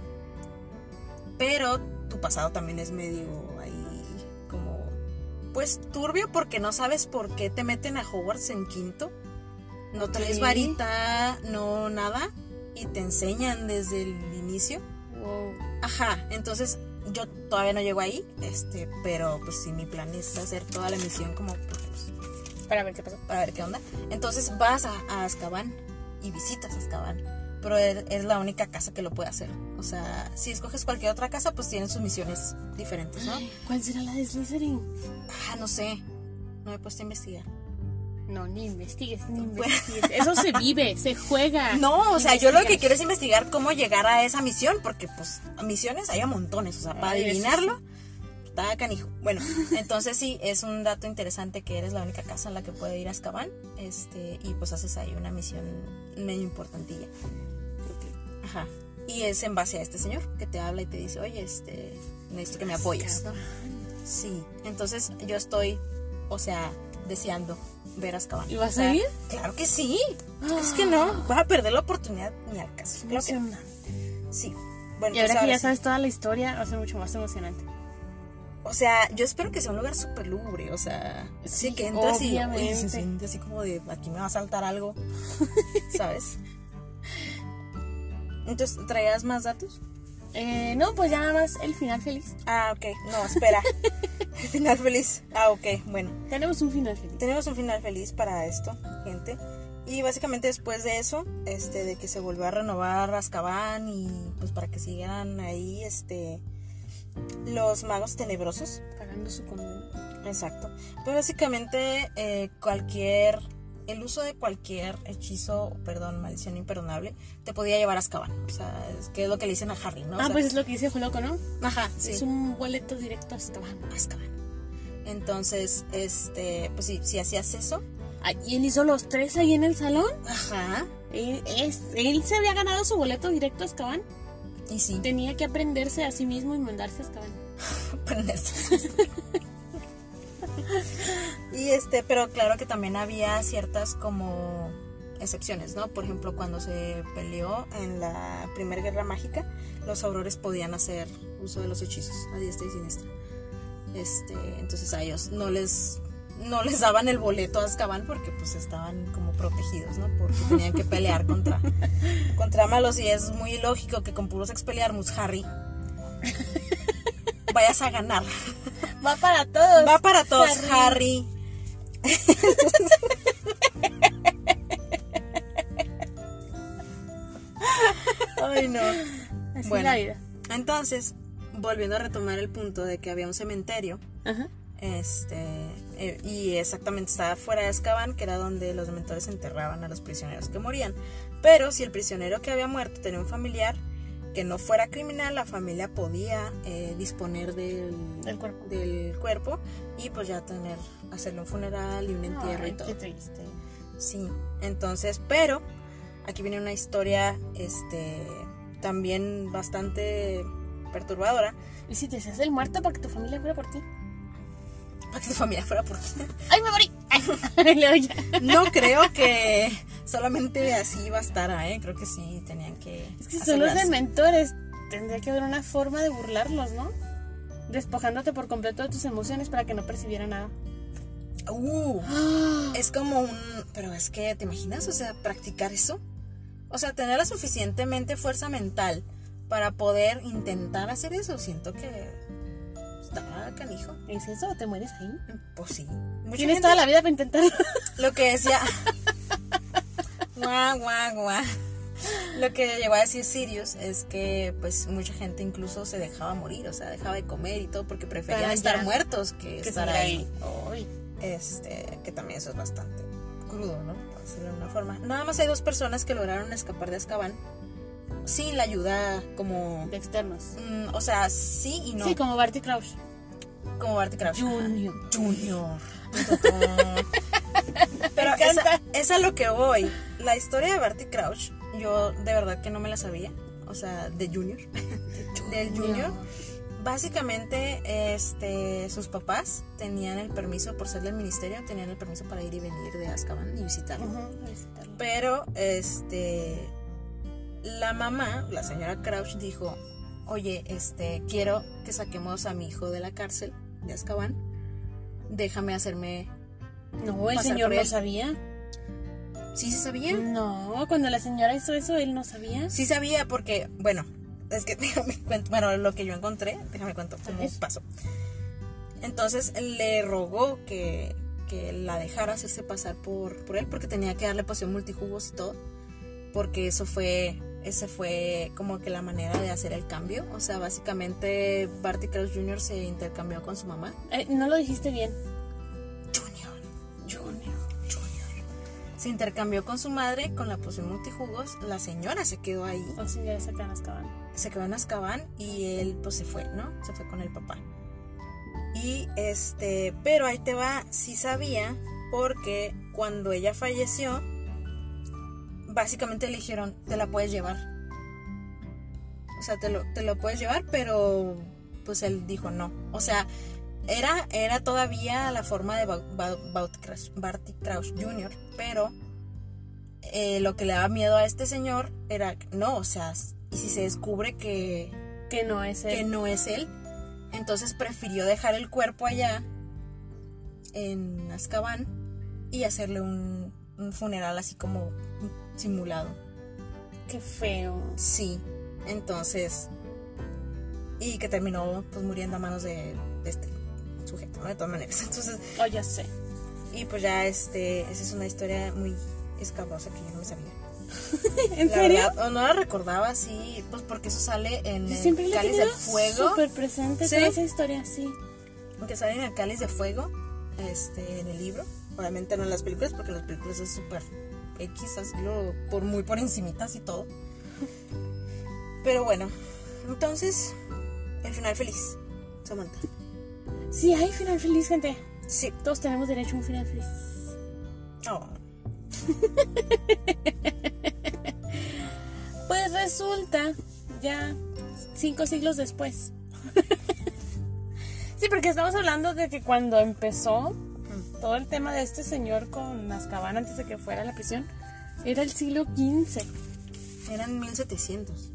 [SPEAKER 1] pero tu pasado también es medio ahí como pues turbio porque no sabes por qué te meten a Hogwarts en quinto. No traes
[SPEAKER 2] Ok.
[SPEAKER 1] varita, no nada, y te enseñan desde el inicio.
[SPEAKER 2] Wow.
[SPEAKER 1] Ajá, entonces yo todavía no llego ahí, este, pero pues sí, mi plan es hacer toda la misión como pues,
[SPEAKER 2] Para ver qué pasa.
[SPEAKER 1] para ver qué onda. Entonces vas a, a Azkaban y visitas Azkaban, pero es, es la única casa que lo puede hacer. O sea, si escoges cualquier otra casa, pues tienen sus misiones diferentes, ¿no?
[SPEAKER 2] ¿Cuál será la de Slytherin?
[SPEAKER 1] Ah, no sé, no me he puesto a investigar.
[SPEAKER 2] No, ni investigues, ni
[SPEAKER 1] Bueno.
[SPEAKER 2] investigues. Eso se vive, se juega.
[SPEAKER 1] No, o sea, yo lo que
[SPEAKER 2] Investigas.
[SPEAKER 1] quiero es investigar cómo llegar a esa misión, porque pues misiones hay a montones, o sea, para
[SPEAKER 2] Ay, eso
[SPEAKER 1] adivinarlo, está canijo. Bueno, entonces sí, es un dato interesante que eres la única casa en la que puede ir a Azkaban, este, y pues haces ahí una misión medio importantilla. Ajá. Y es en base a este señor que te habla y te dice, oye, este, necesito que me apoyes, ¿no? Sí, entonces yo estoy, o sea, deseando ver a Azkaban.
[SPEAKER 2] ¿Y vas
[SPEAKER 1] O sea,
[SPEAKER 2] a ir?
[SPEAKER 1] Claro que sí. Es que no, vas a perder la oportunidad ni al caso. Claro que no.
[SPEAKER 2] Emocionante.
[SPEAKER 1] Sí. Bueno,
[SPEAKER 2] Y ahora
[SPEAKER 1] pues
[SPEAKER 2] que ya
[SPEAKER 1] sí.
[SPEAKER 2] sabes toda la historia, va a ser mucho más emocionante.
[SPEAKER 1] O sea, yo espero que sea un lugar súper lúgubre. O sea, sí,
[SPEAKER 2] Sí,
[SPEAKER 1] que entras y uy,
[SPEAKER 2] obviamente.
[SPEAKER 1] se siente así como de aquí me va a saltar algo. ¿Sabes? Entonces, ¿traías más datos?
[SPEAKER 2] Eh, no, pues ya nada más el final feliz.
[SPEAKER 1] Ah, ok. No, espera. El final feliz. Ah, ok. Bueno.
[SPEAKER 2] Tenemos un final feliz.
[SPEAKER 1] Tenemos un final feliz para esto, gente. Y básicamente después de eso, este, de que se volvió a renovar Azkaban y pues para que siguieran ahí, este, los magos tenebrosos.
[SPEAKER 2] Pagando su condena.
[SPEAKER 1] Exacto. Pues básicamente eh, cualquier, el uso de cualquier hechizo, perdón, maldición imperdonable, te podía llevar a Azkaban. O sea, es que es lo que le dicen a Harry, ¿no? O
[SPEAKER 2] Ah,
[SPEAKER 1] sea,
[SPEAKER 2] pues es lo que dice Joloco, ¿no?
[SPEAKER 1] ajá, sí.
[SPEAKER 2] Es un boleto directo a Azkaban.
[SPEAKER 1] Azkaban. Entonces, este, pues sí, si hacías eso.
[SPEAKER 2] Ah, ¿y él hizo los tres ahí en el salón?
[SPEAKER 1] Ajá.
[SPEAKER 2] Él, es, él se había ganado su boleto directo a Azkaban.
[SPEAKER 1] Y sí.
[SPEAKER 2] Tenía que aprenderse a sí mismo y mandarse a Azkaban.
[SPEAKER 1] Aprenderse. Y este, pero claro que también había ciertas como excepciones, ¿no? Por ejemplo, cuando se peleó en la Primera Guerra Mágica, los aurores podían hacer uso de los hechizos a diestra y siniestra. Este, entonces a ellos no les no les daban el boleto a Azkaban porque pues estaban como protegidos, ¿no? Porque tenían que pelear contra contra malos y es muy lógico que con puros Expelliarmus, Harry, vayas a ganar.
[SPEAKER 2] Va para todos.
[SPEAKER 1] Va para todos, Harry. Ay, no.
[SPEAKER 2] Así
[SPEAKER 1] Bueno,
[SPEAKER 2] es la vida.
[SPEAKER 1] entonces, volviendo a retomar el punto de que había un cementerio,
[SPEAKER 2] Ajá.
[SPEAKER 1] este, eh, y exactamente estaba fuera de Azkaban, que era donde los dementores enterraban a los prisioneros que morían. Pero si el prisionero que había muerto tenía un familiar que no fuera criminal, la familia podía eh, disponer del,
[SPEAKER 2] Del cuerpo.
[SPEAKER 1] del cuerpo y pues ya tener, hacerle un funeral y un entierro
[SPEAKER 2] Ay,
[SPEAKER 1] y todo.
[SPEAKER 2] qué triste.
[SPEAKER 1] Sí, entonces, pero aquí viene una historia este también bastante perturbadora.
[SPEAKER 2] ¿Y si te haces el muerto para que tu familia fuera por ti?
[SPEAKER 1] Para que tu familia fuera por ti.
[SPEAKER 2] ¡Ay, me morí! Ay, luego ya.
[SPEAKER 1] No creo que solamente así bastara, ¿eh? Creo que sí tenían que
[SPEAKER 2] Es que si son los
[SPEAKER 1] asegurarse.
[SPEAKER 2] dementores, tendría que haber una forma de burlarlos, ¿no? Despojándote por completo de tus emociones para que no percibiera nada.
[SPEAKER 1] Uh, es como un... Pero es que, ¿te imaginas? O sea, practicar eso. O sea, tener la suficientemente fuerza mental para poder intentar hacer eso. Siento que está canijo.
[SPEAKER 2] ¿Es eso o te mueres ahí?
[SPEAKER 1] Pues sí. Mucha
[SPEAKER 2] Tienes
[SPEAKER 1] gente-
[SPEAKER 2] toda la vida para intentarlo.
[SPEAKER 1] Lo que decía... Guau, guau, guau. Lo que llegó a decir Sirius es que pues mucha gente incluso se dejaba morir, o sea, dejaba de comer y todo porque preferían
[SPEAKER 2] Para
[SPEAKER 1] estar
[SPEAKER 2] ya.
[SPEAKER 1] muertos que,
[SPEAKER 2] Que
[SPEAKER 1] estar
[SPEAKER 2] seguir
[SPEAKER 1] ahí.
[SPEAKER 2] Ay.
[SPEAKER 1] Este, que también eso es bastante crudo, ¿no? Por decirlo de una forma. Nada más hay dos personas que lograron escapar de Azkaban sin la ayuda como...
[SPEAKER 2] De externos.
[SPEAKER 1] mm, o sea, sí y no.
[SPEAKER 2] Sí, como Barty Crouch.
[SPEAKER 1] Como Barty Crouch.
[SPEAKER 2] Junior.
[SPEAKER 1] Ajá. Junior. Pero
[SPEAKER 2] Me encanta.
[SPEAKER 1] esa, es a lo que voy. La historia de Barty Crouch, yo de verdad que no me la sabía. O sea, de Junior. Del Junior. Básicamente, este, sus papás tenían el permiso, por ser del ministerio, tenían el permiso para ir y venir de Azkaban y visitarlo.
[SPEAKER 2] Ajá, visitarlo.
[SPEAKER 1] Pero, este, la mamá, la señora Crouch, dijo, oye, este, quiero que saquemos a mi hijo de la cárcel de Azkaban. Déjame hacerme...
[SPEAKER 2] No, el
[SPEAKER 1] pasar
[SPEAKER 2] señor
[SPEAKER 1] por
[SPEAKER 2] no
[SPEAKER 1] él.
[SPEAKER 2] sabía.
[SPEAKER 1] ¿Sí se sabía?
[SPEAKER 2] No, cuando la señora hizo eso, él no sabía.
[SPEAKER 1] Sí sabía porque, bueno, es que déjame cuento, bueno, lo que yo encontré, déjame cuento cómo
[SPEAKER 2] ver.
[SPEAKER 1] pasó. Entonces le rogó que, que la dejara hacerse pasar por, por él porque tenía que darle poción multijugos y todo, porque eso fue, ese fue como que la manera de hacer el cambio. O sea, básicamente Barty Crouch junior se intercambió con su mamá.
[SPEAKER 2] Eh, no lo dijiste bien.
[SPEAKER 1] Junior, Junior, Junior. Se intercambió con su madre con la poción multijugos. La señora se quedó ahí.
[SPEAKER 2] O si ya sacan Azkaban.
[SPEAKER 1] Se quedó en Azkaban y él pues se fue, ¿no? Se fue con el papá. Y este, pero ahí te va, sí sabía, porque cuando ella falleció, básicamente le dijeron, te la puedes llevar. O sea, te lo, te lo puedes llevar, pero pues él dijo no. O sea, era, era todavía la forma de Ba- Ba- Ba- Crouch- Barty Crouch junior, pero eh, lo que le daba miedo a este señor era, no, o sea, y si se descubre que,
[SPEAKER 2] Que no es él.
[SPEAKER 1] que no es él, entonces prefirió dejar el cuerpo allá en Azkaban y hacerle un, un funeral así como simulado,
[SPEAKER 2] Qué feo.
[SPEAKER 1] Sí, entonces, y que terminó pues muriendo a manos de, de este sujeto, ¿no? De todas maneras, entonces,
[SPEAKER 2] Oh, ya sé.
[SPEAKER 1] y pues ya este, esa es una historia muy escabrosa que yo no me sabía.
[SPEAKER 2] ¿En
[SPEAKER 1] La
[SPEAKER 2] serio?
[SPEAKER 1] verdad, o no la recordaba, sí, pues porque eso sale en
[SPEAKER 2] Yo
[SPEAKER 1] el
[SPEAKER 2] siempre le he
[SPEAKER 1] Cáliz del
[SPEAKER 2] tenido
[SPEAKER 1] Fuego,
[SPEAKER 2] súper presente
[SPEAKER 1] ¿Sí?
[SPEAKER 2] toda esa historia, sí.
[SPEAKER 1] que sale en el Cáliz de Fuego, este, en el libro, obviamente no en las películas, porque en las películas es súper X, así lo, por muy por encimitas y todo. Pero bueno, entonces, el final feliz, Samantha.
[SPEAKER 2] Sí, hay final feliz, gente.
[SPEAKER 1] Sí.
[SPEAKER 2] Todos tenemos derecho a un final feliz.
[SPEAKER 1] Oh.
[SPEAKER 2] Pues resulta, ya cinco siglos después. Sí, porque estamos hablando de que cuando empezó todo el tema de este señor con Azkaban antes de que fuera a la prisión, era el siglo quince.
[SPEAKER 1] Eran mil setecientos.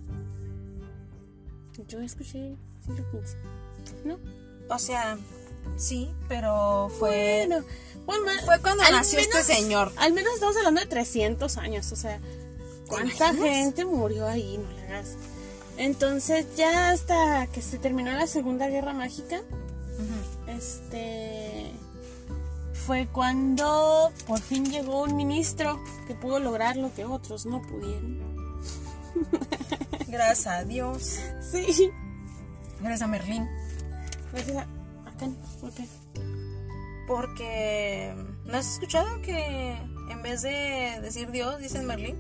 [SPEAKER 2] Yo escuché siglo quince, ¿no?
[SPEAKER 1] O sea, sí, pero fue...
[SPEAKER 2] Bueno, bueno,
[SPEAKER 1] Fue cuando
[SPEAKER 2] al
[SPEAKER 1] nació
[SPEAKER 2] menos-
[SPEAKER 1] este señor.
[SPEAKER 2] Al menos estamos hablando de trescientos años, o sea, ¿cuánta
[SPEAKER 1] imaginas?
[SPEAKER 2] gente murió ahí? No le hagas. Entonces, ya hasta que se terminó la Segunda Guerra Mágica,
[SPEAKER 1] Ujú.
[SPEAKER 2] este fue cuando por fin llegó un ministro que pudo lograr lo que otros no pudieron.
[SPEAKER 1] Gracias a Dios.
[SPEAKER 2] Sí.
[SPEAKER 1] Gracias a Merlín.
[SPEAKER 2] Gracias a... Acá, ok.
[SPEAKER 1] Porque... ¿No has escuchado que en vez de decir Dios, dicen Merlín?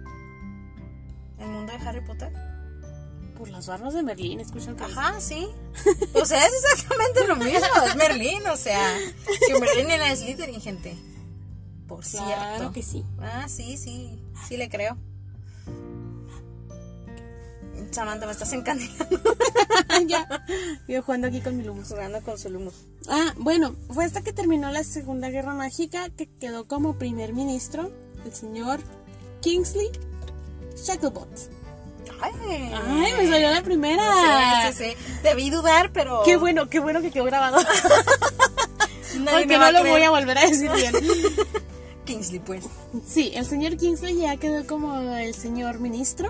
[SPEAKER 1] El mundo de Harry Potter.
[SPEAKER 2] Por las barbas de Merlín, escuchan que...
[SPEAKER 1] Ajá, sí. O sea, es exactamente lo mismo. Es Merlín, o sea. Que Merlín era Slytherin, gente. Por cierto.
[SPEAKER 2] Claro que sí.
[SPEAKER 1] Ah, sí, sí. Sí le creo. Samantha, me estás encandilando.
[SPEAKER 2] Ya, yo jugando aquí con mi lumos.
[SPEAKER 1] Jugando con su lumos.
[SPEAKER 2] Ah, bueno, fue hasta que terminó la Segunda Guerra Mágica que quedó como primer ministro el señor Kingsley Shacklebolt.
[SPEAKER 1] Ay,
[SPEAKER 2] Ay, me salió la primera.
[SPEAKER 1] Sí, sí, sí. Debí dudar, pero...
[SPEAKER 2] Qué bueno, qué bueno que quedó grabado.
[SPEAKER 1] Nadie
[SPEAKER 2] Porque
[SPEAKER 1] me va
[SPEAKER 2] no
[SPEAKER 1] a
[SPEAKER 2] lo voy
[SPEAKER 1] creer.
[SPEAKER 2] a volver a decir bien.
[SPEAKER 1] Kingsley, pues.
[SPEAKER 2] Sí, el señor Kingsley ya quedó como el señor ministro.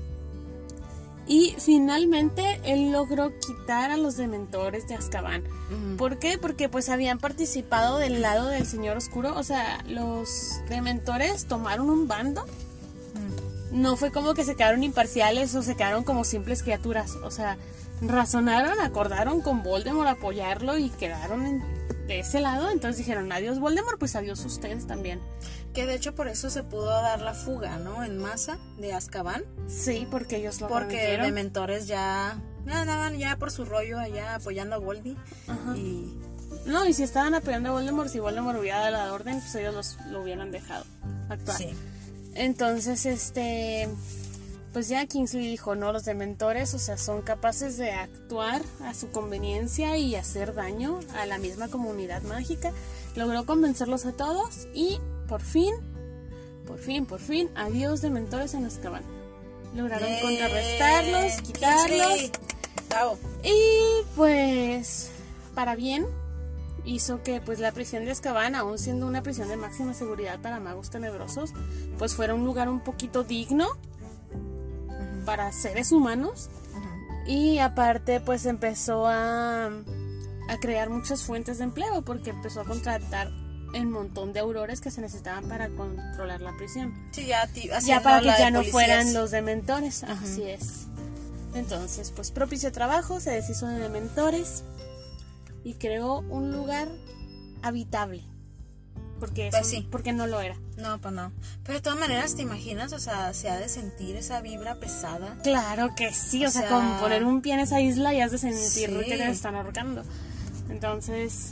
[SPEAKER 2] Y finalmente él logró quitar a los dementores de Azkaban.
[SPEAKER 1] Ujú.
[SPEAKER 2] ¿Por qué? Porque pues habían participado del lado del señor oscuro. O sea, los dementores tomaron un bando. No fue como que se quedaron imparciales o se quedaron como simples criaturas. O sea, razonaron, acordaron con Voldemort apoyarlo y quedaron en- de ese lado. Entonces dijeron, adiós Voldemort, pues adiós ustedes también.
[SPEAKER 1] Que de hecho por eso se pudo dar la fuga, ¿no? En masa de Azkaban.
[SPEAKER 2] Sí, porque ellos lo
[SPEAKER 1] Porque
[SPEAKER 2] permitieron.
[SPEAKER 1] dementores ya ya andaban ya por su rollo allá apoyando a Voldy.
[SPEAKER 2] Ajá.
[SPEAKER 1] Y
[SPEAKER 2] No, y si estaban apoyando a Voldemort, si Voldemort hubiera dado la orden, pues ellos los, lo hubieran dejado actuar.
[SPEAKER 1] sí.
[SPEAKER 2] Entonces, este, pues ya Kingsley dijo, no, los dementores, o sea, son capaces de actuar a su conveniencia y hacer daño a la misma comunidad mágica. Logró convencerlos a todos y por fin, por fin, por fin, adiós dementores en Azkaban. Lograron
[SPEAKER 1] Eh,
[SPEAKER 2] contrarrestarlos, quitarlos.
[SPEAKER 1] Kingsley. Bravo.
[SPEAKER 2] Y pues, para bien, hizo que pues la prisión de Azkaban, aún siendo una prisión de máxima seguridad para magos tenebrosos, pues fuera un lugar un poquito digno
[SPEAKER 1] Ujú,
[SPEAKER 2] para seres humanos.
[SPEAKER 1] ujú.
[SPEAKER 2] Y aparte pues empezó a, a crear muchas fuentes de empleo, porque empezó a contratar el montón de aurores que se necesitaban para controlar la prisión.
[SPEAKER 1] Sí, ya, ti-
[SPEAKER 2] Ya
[SPEAKER 1] haciendo
[SPEAKER 2] para que
[SPEAKER 1] la de
[SPEAKER 2] ya no
[SPEAKER 1] policías.
[SPEAKER 2] fueran los dementores,
[SPEAKER 1] Ujú.
[SPEAKER 2] así es. Entonces, pues propició trabajo, se deshizo de dementores y creó un lugar habitable. Porque,
[SPEAKER 1] Pues
[SPEAKER 2] eso-
[SPEAKER 1] sí.
[SPEAKER 2] porque no lo era.
[SPEAKER 1] No, pues no. Pero de todas maneras, ¿te imaginas? O sea, se ha de sentir esa vibra pesada.
[SPEAKER 2] Claro que sí, o,
[SPEAKER 1] O
[SPEAKER 2] sea,
[SPEAKER 1] sea,
[SPEAKER 2] como poner un pie en esa isla y has de sentir
[SPEAKER 1] sí.
[SPEAKER 2] que te están ahorcando. Entonces,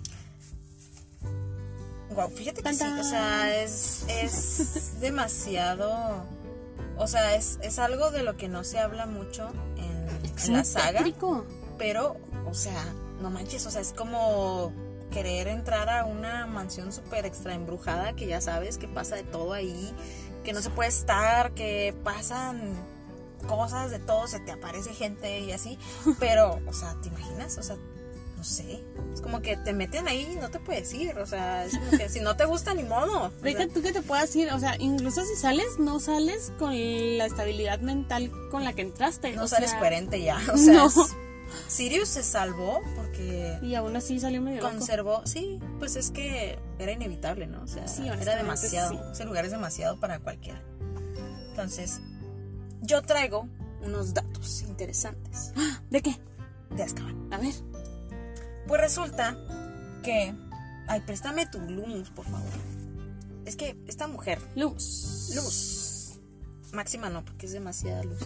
[SPEAKER 1] Wow, fíjate que
[SPEAKER 2] Tan,
[SPEAKER 1] sí,
[SPEAKER 2] tan.
[SPEAKER 1] o sea, es, es demasiado, o sea, es, es algo de lo que no se habla mucho en,
[SPEAKER 2] es
[SPEAKER 1] en la
[SPEAKER 2] muy
[SPEAKER 1] saga,
[SPEAKER 2] tétrico.
[SPEAKER 1] pero, o sea, no manches, o sea, es como querer entrar a una mansión súper extra embrujada que ya sabes que pasa de todo ahí, que no se puede estar, que pasan cosas de todo, se te aparece gente y así, pero, o sea, ¿te imaginas? O sea, no no sé, es como que te meten ahí y no te puedes ir, o sea, es como que si no te gusta, ni modo.
[SPEAKER 2] Deja tú que te puedas ir, o sea, incluso si sales, no sales con la estabilidad mental con la que entraste.
[SPEAKER 1] No
[SPEAKER 2] o
[SPEAKER 1] sales
[SPEAKER 2] sea,
[SPEAKER 1] coherente ya, o sea,
[SPEAKER 2] no.
[SPEAKER 1] es- Sirius se salvó porque
[SPEAKER 2] Y aún así salió medio loco.
[SPEAKER 1] conservó, sí, pues es que era inevitable, ¿no? O sea,
[SPEAKER 2] Sí,
[SPEAKER 1] era
[SPEAKER 2] honestamente,
[SPEAKER 1] demasiado,
[SPEAKER 2] sí.
[SPEAKER 1] ese lugar es demasiado para cualquiera. Entonces, yo traigo unos datos interesantes
[SPEAKER 2] ¿De qué?
[SPEAKER 1] de Azkaban.
[SPEAKER 2] A ver.
[SPEAKER 1] Pues resulta que, ay, préstame tu Lumos, por favor. Es que esta mujer,
[SPEAKER 2] Luz.
[SPEAKER 1] Luz, máxima no, porque es demasiada luz.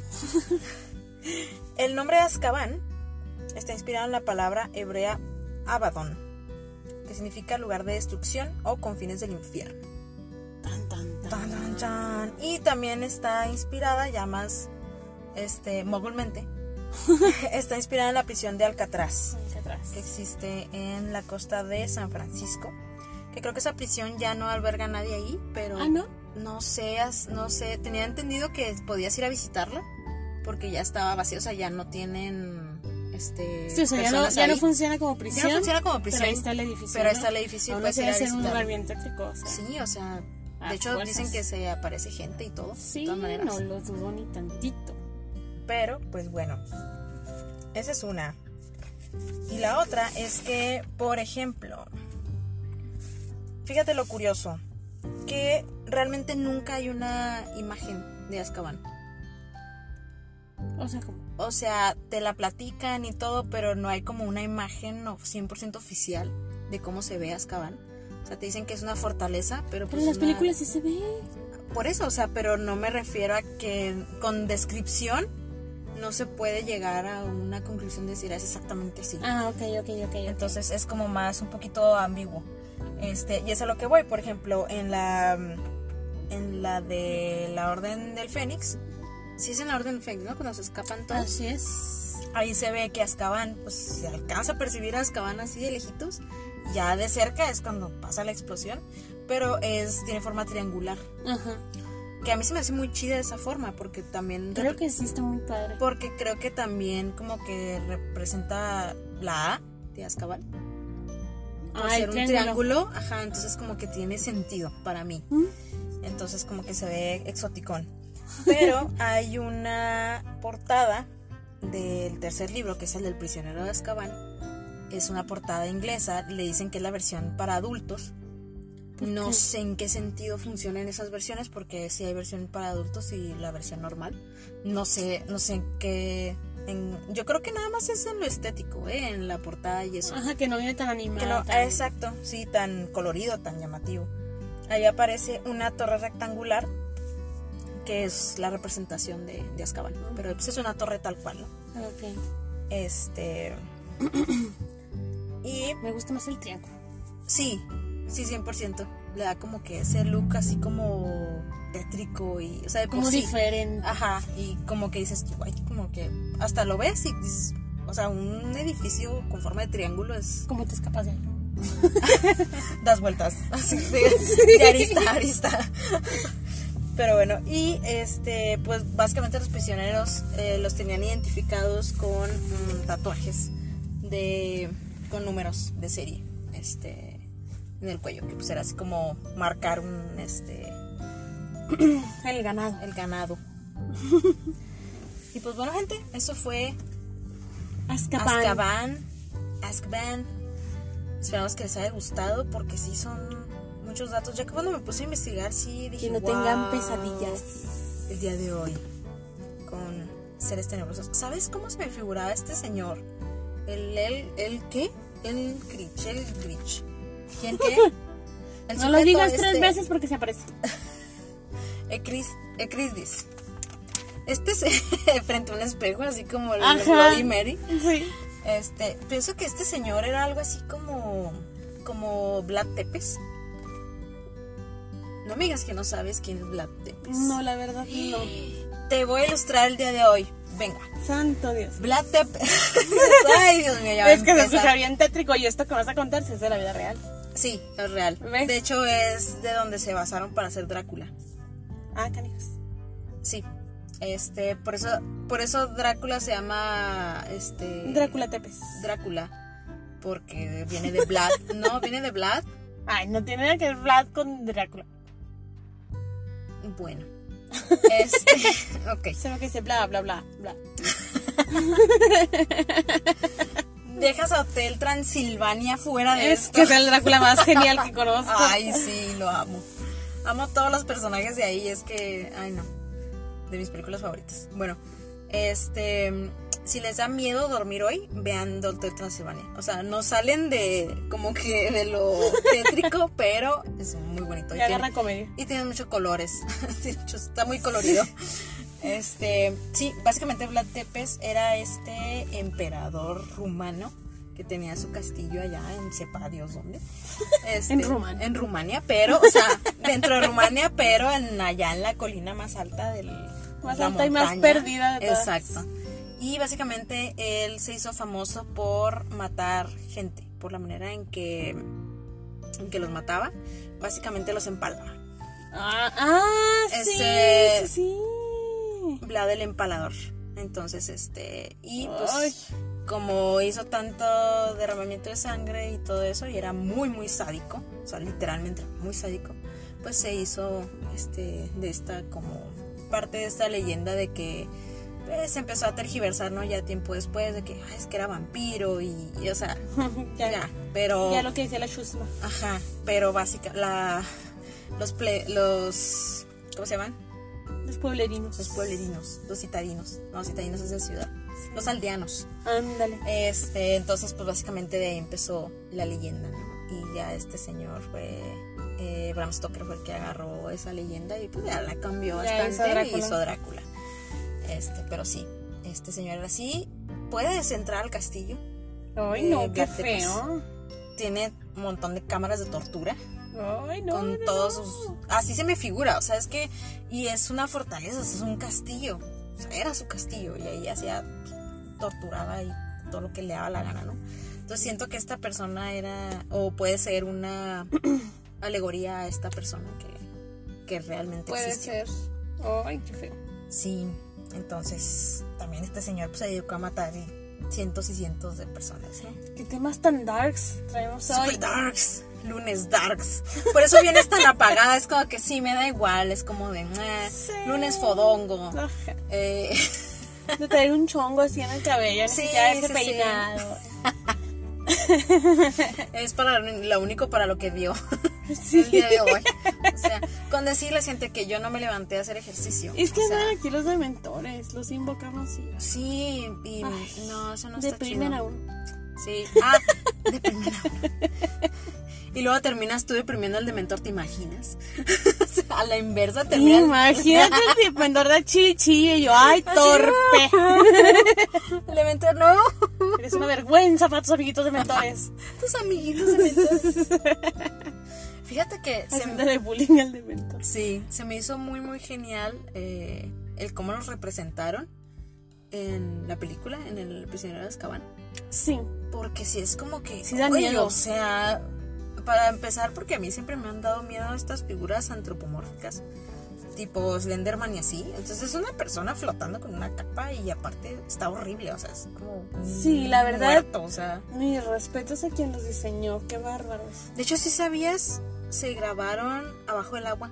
[SPEAKER 1] El nombre de Azkaban está inspirado en la palabra hebrea Abaddon, que significa lugar de destrucción o confines del infierno.
[SPEAKER 2] Tan, tan, tan.
[SPEAKER 1] Tan, tan, tan. Y también está inspirada, ya más este, mogulmente, está inspirada en la prisión de Alcatraz,
[SPEAKER 2] Hacia atrás.
[SPEAKER 1] que existe en la costa de San Francisco. Que creo que esa prisión ya no alberga a nadie ahí, pero
[SPEAKER 2] Ah, ¿no?
[SPEAKER 1] no sé, as- no sé, tenía entendido que podías ir a visitarla porque ya estaba vacía, o sea, ya no tienen este
[SPEAKER 2] Sí, o sea, ya no,
[SPEAKER 1] personas
[SPEAKER 2] ya no
[SPEAKER 1] ahí.
[SPEAKER 2] funciona como prisión.
[SPEAKER 1] Ya no funciona como prisión.
[SPEAKER 2] Pero ahí está el edificio.
[SPEAKER 1] Pero ahí
[SPEAKER 2] ¿no?
[SPEAKER 1] está el edificio y
[SPEAKER 2] Aún
[SPEAKER 1] puedes
[SPEAKER 2] así
[SPEAKER 1] ir a
[SPEAKER 2] debe ser un lugar
[SPEAKER 1] visitarlo.
[SPEAKER 2] bien tétrico. O sea,
[SPEAKER 1] Sí, o sea,
[SPEAKER 2] a
[SPEAKER 1] de hecho
[SPEAKER 2] fuerzas.
[SPEAKER 1] dicen que se aparece gente y todo,
[SPEAKER 2] Sí,
[SPEAKER 1] de todas maneras.
[SPEAKER 2] no lo dudo ni tantito.
[SPEAKER 1] Pero, pues bueno, esa es una. Y la otra es que, por ejemplo, fíjate lo curioso, que realmente nunca hay una imagen de Azkaban.
[SPEAKER 2] O sea, como.
[SPEAKER 1] O sea, te la platican y todo, pero no hay como una imagen no, cien por ciento oficial de cómo se ve Azkaban. O sea, te dicen que es una fortaleza, pero
[SPEAKER 2] Pero
[SPEAKER 1] pues
[SPEAKER 2] en las
[SPEAKER 1] una-
[SPEAKER 2] películas sí se ve.
[SPEAKER 1] Por eso, o sea, pero no me refiero a que con descripción no se puede llegar a una conclusión de decir es exactamente así.
[SPEAKER 2] Ah, ok, ok, ok. ok.
[SPEAKER 1] Entonces es como más un poquito ambiguo. Este, y es a lo que voy, por ejemplo, en la en la de la Orden del Fénix. Sí es en la Orden del Fénix, ¿no? Cuando se escapan todos.
[SPEAKER 2] Así es.
[SPEAKER 1] Ahí se ve que Azkaban, pues se alcanza a percibir a Azkaban así de lejitos. Ya de cerca es cuando pasa la explosión, pero es tiene forma triangular.
[SPEAKER 2] Ajá.
[SPEAKER 1] Que a mí se me hace muy chida esa forma, porque también...
[SPEAKER 2] Creo que sí está muy padre.
[SPEAKER 1] Porque creo que también como que representa la A de Azkaban. Por
[SPEAKER 2] Ah, el
[SPEAKER 1] ser un triángulo, ajá, entonces como que tiene sentido para mí.
[SPEAKER 2] ¿Mm?
[SPEAKER 1] Entonces como que se ve exoticón. Pero hay una portada del tercer libro, que es el del prisionero de Azkaban. Es una portada inglesa, le dicen que es la versión para adultos. No
[SPEAKER 2] qué?
[SPEAKER 1] sé en qué sentido funcionan esas versiones, porque sí hay versión para adultos y la versión normal. No sé, no sé en qué... En, yo creo que nada más es en lo estético, ¿eh? En la portada y eso.
[SPEAKER 2] Ajá, que no viene tan animado.
[SPEAKER 1] Que no,
[SPEAKER 2] tan-
[SPEAKER 1] exacto, sí, tan colorido, tan llamativo. Ahí aparece una torre rectangular que es la representación de, de Azkaban, ¿no? Pero pues, es una torre tal cual, ¿no?
[SPEAKER 2] Ok.
[SPEAKER 1] Este... y
[SPEAKER 2] Me gusta más el triángulo.
[SPEAKER 1] sí, sí, cien por ciento. Le da como que ese look así como tétrico y, o sea, de por
[SPEAKER 2] Como
[SPEAKER 1] sí.
[SPEAKER 2] diferente.
[SPEAKER 1] Ajá, y como que dices, ay, como que hasta lo ves y dices, o sea, un edificio con forma de triángulo es...
[SPEAKER 2] ¿Cómo te escapas de ahí?
[SPEAKER 1] das vueltas, así de, de arista a arista. Pero bueno, y este, pues básicamente los prisioneros eh, los tenían identificados con mm, tatuajes de, con números de serie, este, en el cuello, que pues era así como marcar un, este,
[SPEAKER 2] El ganado.
[SPEAKER 1] el ganado. Y pues bueno, gente, eso fue
[SPEAKER 2] Azkaban.
[SPEAKER 1] Azkaban, Azkaban. Esperamos que les haya gustado, porque sí son muchos datos. Ya que cuando me puse a investigar, sí dije,
[SPEAKER 2] Que no tengan
[SPEAKER 1] "Wow,
[SPEAKER 2] pesadillas.
[SPEAKER 1] el día de hoy con seres tenebrosos". ¿Sabes cómo se me figuraba este señor? El, el, el ¿qué? El Grinch, el Grinch. ¿Quién qué? El
[SPEAKER 2] No lo
[SPEAKER 1] sujeto
[SPEAKER 2] digas
[SPEAKER 1] este,
[SPEAKER 2] tres veces porque se aparece.
[SPEAKER 1] El Chris, el Chris dice. Este se frente a un espejo, así como el
[SPEAKER 2] Ajá.
[SPEAKER 1] Bloody Mary.
[SPEAKER 2] Sí.
[SPEAKER 1] Este, pienso que este señor era algo así como como Vlad Tepes. No me digas que no sabes quién es Vlad Tepes.
[SPEAKER 2] No, la verdad, no.
[SPEAKER 1] Te voy a ilustrar el día de hoy. Venga.
[SPEAKER 2] Santo Dios.
[SPEAKER 1] Vlad Tepes. Ay, Dios mío, ya va a
[SPEAKER 2] Es que se
[SPEAKER 1] empezar.
[SPEAKER 2] escucha bien tétrico y esto que vas a contar si es de la vida real.
[SPEAKER 1] Sí, es real.
[SPEAKER 2] ¿Ves?
[SPEAKER 1] De hecho, es de donde se basaron para hacer Drácula.
[SPEAKER 2] Ah, canijos.
[SPEAKER 1] Sí. Este, por eso, por eso Drácula se llama este
[SPEAKER 2] Drácula Tepes.
[SPEAKER 1] Drácula. porque viene de Vlad. No, viene de Vlad.
[SPEAKER 2] Ay, no tiene nada que ver Vlad con Drácula.
[SPEAKER 1] Bueno. Este, ok.
[SPEAKER 2] Se ve que dice bla, bla, bla, bla.
[SPEAKER 1] Dejas a Hotel Transilvania fuera de
[SPEAKER 2] Es
[SPEAKER 1] esto.
[SPEAKER 2] que es el Drácula más genial que conozco.
[SPEAKER 1] Ay, sí, lo amo. Amo a todos los personajes de ahí. Es que, ay, no. De mis películas favoritas. Bueno, este... si les da miedo dormir hoy, vean Hotel Transilvania. O sea, no salen de como que de lo tétrico, pero es muy bonito.
[SPEAKER 2] Y agarra comedia.
[SPEAKER 1] Y tiene muchos colores. Está muy colorido. Este, sí, básicamente Vlad Tepes era este emperador rumano que tenía su castillo allá en sepa Dios dónde. Este,
[SPEAKER 2] en Rumania.
[SPEAKER 1] En Rumania, pero, o sea, dentro de Rumania, pero en, allá en la colina más alta del
[SPEAKER 2] Más
[SPEAKER 1] la
[SPEAKER 2] alta y más
[SPEAKER 1] montaña.
[SPEAKER 2] perdida de todas.
[SPEAKER 1] Exacto. Y básicamente él se hizo famoso por matar gente, por la manera en que, en que los mataba. Básicamente los empalaba.
[SPEAKER 2] Ah, ah
[SPEAKER 1] Ese-
[SPEAKER 2] sí, sí, sí.
[SPEAKER 1] Vlad el Empalador. Entonces, este, y pues
[SPEAKER 2] Ay.
[SPEAKER 1] como hizo tanto derramamiento de sangre y todo eso, y era muy, muy sádico, o sea, literalmente muy sádico, pues se hizo este, de esta, como parte de esta leyenda de que pues, se empezó a tergiversar, ¿no? Ya tiempo después, de que ay, es que era vampiro y, y, o sea,
[SPEAKER 2] ya,
[SPEAKER 1] ya, pero...
[SPEAKER 2] ya lo que decía la chusma.
[SPEAKER 1] Ajá, pero básica, la, los, ple, los, ¿cómo se llaman?
[SPEAKER 2] Los pueblerinos.
[SPEAKER 1] Los pueblerinos, los citadinos. No, citadinos es de ciudad. Sí. Los aldeanos.
[SPEAKER 2] Ándale.
[SPEAKER 1] Este, entonces, pues básicamente de ahí empezó la leyenda, ¿no? Y ya este señor fue, eh, Bram Stoker fue el que agarró esa leyenda y pues ya la cambió
[SPEAKER 2] Ya
[SPEAKER 1] bastante
[SPEAKER 2] hizo a Drácula.
[SPEAKER 1] y hizo a Drácula. Este, pero sí, este señor era así. Puedes entrar al castillo.
[SPEAKER 2] Ay,
[SPEAKER 1] Eh,
[SPEAKER 2] no, qué
[SPEAKER 1] Vlad Tepes.
[SPEAKER 2] feo.
[SPEAKER 1] Tiene un montón de cámaras de tortura.
[SPEAKER 2] Ay, no.
[SPEAKER 1] Con
[SPEAKER 2] no,
[SPEAKER 1] todos
[SPEAKER 2] no.
[SPEAKER 1] sus... Así se me figura, o sea, es que... Y es una fortaleza, o sea, es un castillo. O sea, era su castillo y ahí hacía... Torturaba y todo lo que le daba la gana, ¿no? Entonces siento que esta persona era... O puede ser una alegoría a esta persona que, que realmente
[SPEAKER 2] Puede
[SPEAKER 1] existió.
[SPEAKER 2] ser. Ay, qué feo.
[SPEAKER 1] Sí, entonces también este señor pues, se dedicó a matar y cientos y cientos de personas, ¿no?
[SPEAKER 2] ¿Qué temas tan darks traemos hoy?
[SPEAKER 1] Super darks, lunes darks. Por eso vienes tan apagada, es como que sí, me da igual, es como de eh,
[SPEAKER 2] Sí.
[SPEAKER 1] lunes fodongo.
[SPEAKER 2] Ajá.
[SPEAKER 1] Eh,
[SPEAKER 2] De traer un chongo así en el cabello, ni
[SPEAKER 1] Sí,
[SPEAKER 2] siquiera ese
[SPEAKER 1] sí,
[SPEAKER 2] peinado.
[SPEAKER 1] es para lo único para lo que dio
[SPEAKER 2] Sí.
[SPEAKER 1] el día de hoy. O sea, con decirle siente que yo no me levanté a hacer ejercicio.
[SPEAKER 2] Es que
[SPEAKER 1] o sea,
[SPEAKER 2] andan aquí los dementores, los invocamos y
[SPEAKER 1] sí, y
[SPEAKER 2] Ay,
[SPEAKER 1] no, eso no está
[SPEAKER 2] deprimen
[SPEAKER 1] chido.
[SPEAKER 2] a uno.
[SPEAKER 1] Sí, ah, deprimen a uno. Y luego terminas tú deprimiendo al dementor, ¿te imaginas? O sea, a la inversa terminas.
[SPEAKER 2] Imagínate el dementor de chichi y yo, ay, torpe.
[SPEAKER 1] El dementor, no.
[SPEAKER 2] Eres una vergüenza para tus amiguitos dementores.
[SPEAKER 1] Tus amiguitos dementores. Fíjate que se
[SPEAKER 2] Haciéndole bullying al dementor.
[SPEAKER 1] sí, se me hizo muy, muy genial eh, el cómo los representaron en la película, en El prisionero de Azkaban.
[SPEAKER 2] Sí.
[SPEAKER 1] Porque sí es como que...
[SPEAKER 2] Sí da
[SPEAKER 1] oye,
[SPEAKER 2] miedo.
[SPEAKER 1] o sea, para empezar, porque a mí siempre me han dado miedo estas figuras antropomórficas, tipo Slenderman y así. Entonces es una persona flotando con una capa y aparte está horrible, o sea, es como... un
[SPEAKER 2] Sí, la verdad-
[SPEAKER 1] muerto, o sea...
[SPEAKER 2] Mis respetos a quien los diseñó, qué bárbaros.
[SPEAKER 1] De hecho, sí sabías, se grabaron abajo del agua.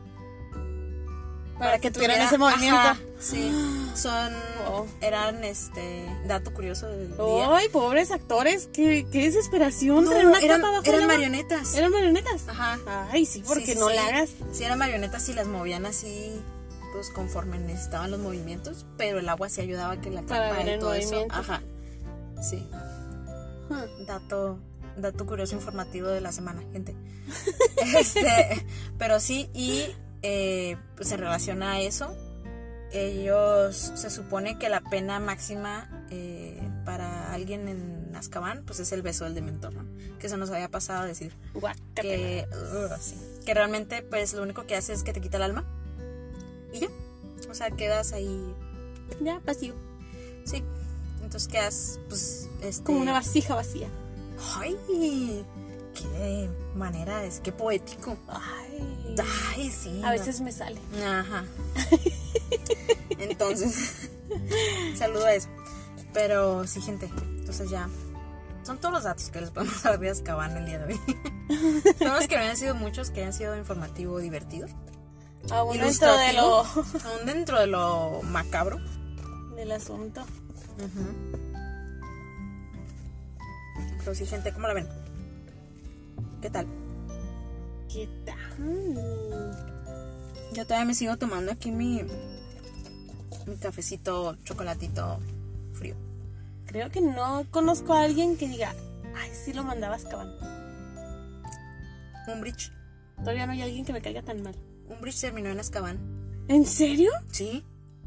[SPEAKER 2] Para que tuvieran
[SPEAKER 1] tuviera-
[SPEAKER 2] ese movimiento.
[SPEAKER 1] Ajá, sí, son...
[SPEAKER 2] Wow.
[SPEAKER 1] Eran, este, dato curioso del día.
[SPEAKER 2] Ay, pobres actores, qué, qué desesperación.
[SPEAKER 1] No,
[SPEAKER 2] traer una
[SPEAKER 1] eran,
[SPEAKER 2] capa bajo
[SPEAKER 1] eran
[SPEAKER 2] el agua.
[SPEAKER 1] marionetas.
[SPEAKER 2] ¿Eran marionetas?
[SPEAKER 1] Ajá.
[SPEAKER 2] Ay, sí, porque
[SPEAKER 1] Sí, sí,
[SPEAKER 2] no
[SPEAKER 1] sí.
[SPEAKER 2] la hagas.
[SPEAKER 1] Sí, eran marionetas y las movían así, pues conforme necesitaban los movimientos, pero el agua sí ayudaba a que la
[SPEAKER 2] Para
[SPEAKER 1] capa
[SPEAKER 2] ver
[SPEAKER 1] y
[SPEAKER 2] el
[SPEAKER 1] todo eso.
[SPEAKER 2] movimiento.
[SPEAKER 1] Ajá. Sí.
[SPEAKER 2] Huh.
[SPEAKER 1] Dato, dato curioso informativo de la semana, gente. Este, pero sí, y eh, pues en relación a eso, ellos se supone que la pena máxima eh, para alguien en Azkaban, pues es el beso del dementor, ¿no? Que eso nos había pasado a decir.
[SPEAKER 2] Guácatela.
[SPEAKER 1] Que, uh, sí, que realmente pues lo único que hace es que te quita el alma y ya, o sea, quedas ahí,
[SPEAKER 2] Ya, vacío.
[SPEAKER 1] sí, entonces quedas pues este
[SPEAKER 2] Como una vasija vacía.
[SPEAKER 1] ay, qué manera es, qué poético,
[SPEAKER 2] Ay.
[SPEAKER 1] ay, sí,
[SPEAKER 2] A veces me sale.
[SPEAKER 1] no. Ajá. Entonces saludo a eso, pero sí, gente, entonces ya son todos los datos que les podemos dar de Azkaban el día de hoy. Sabemos que habían sido muchos, que han sido informativo, divertido.
[SPEAKER 2] Aún dentro de lo...
[SPEAKER 1] Aún dentro de lo macabro.
[SPEAKER 2] Del asunto.
[SPEAKER 1] Uh-huh. Pero sí, gente, ¿cómo la ven? ¿Qué tal?
[SPEAKER 2] ¿Qué tal?
[SPEAKER 1] Yo todavía me sigo tomando aquí mi, mi cafecito, chocolatito frío.
[SPEAKER 2] Creo que no conozco a alguien que diga, ay, sí lo mandaba a Azkaban.
[SPEAKER 1] Umbridge.
[SPEAKER 2] Todavía no hay alguien que me caiga tan mal.
[SPEAKER 1] Umbridge terminó en Azkaban.
[SPEAKER 2] ¿En serio?
[SPEAKER 1] Sí.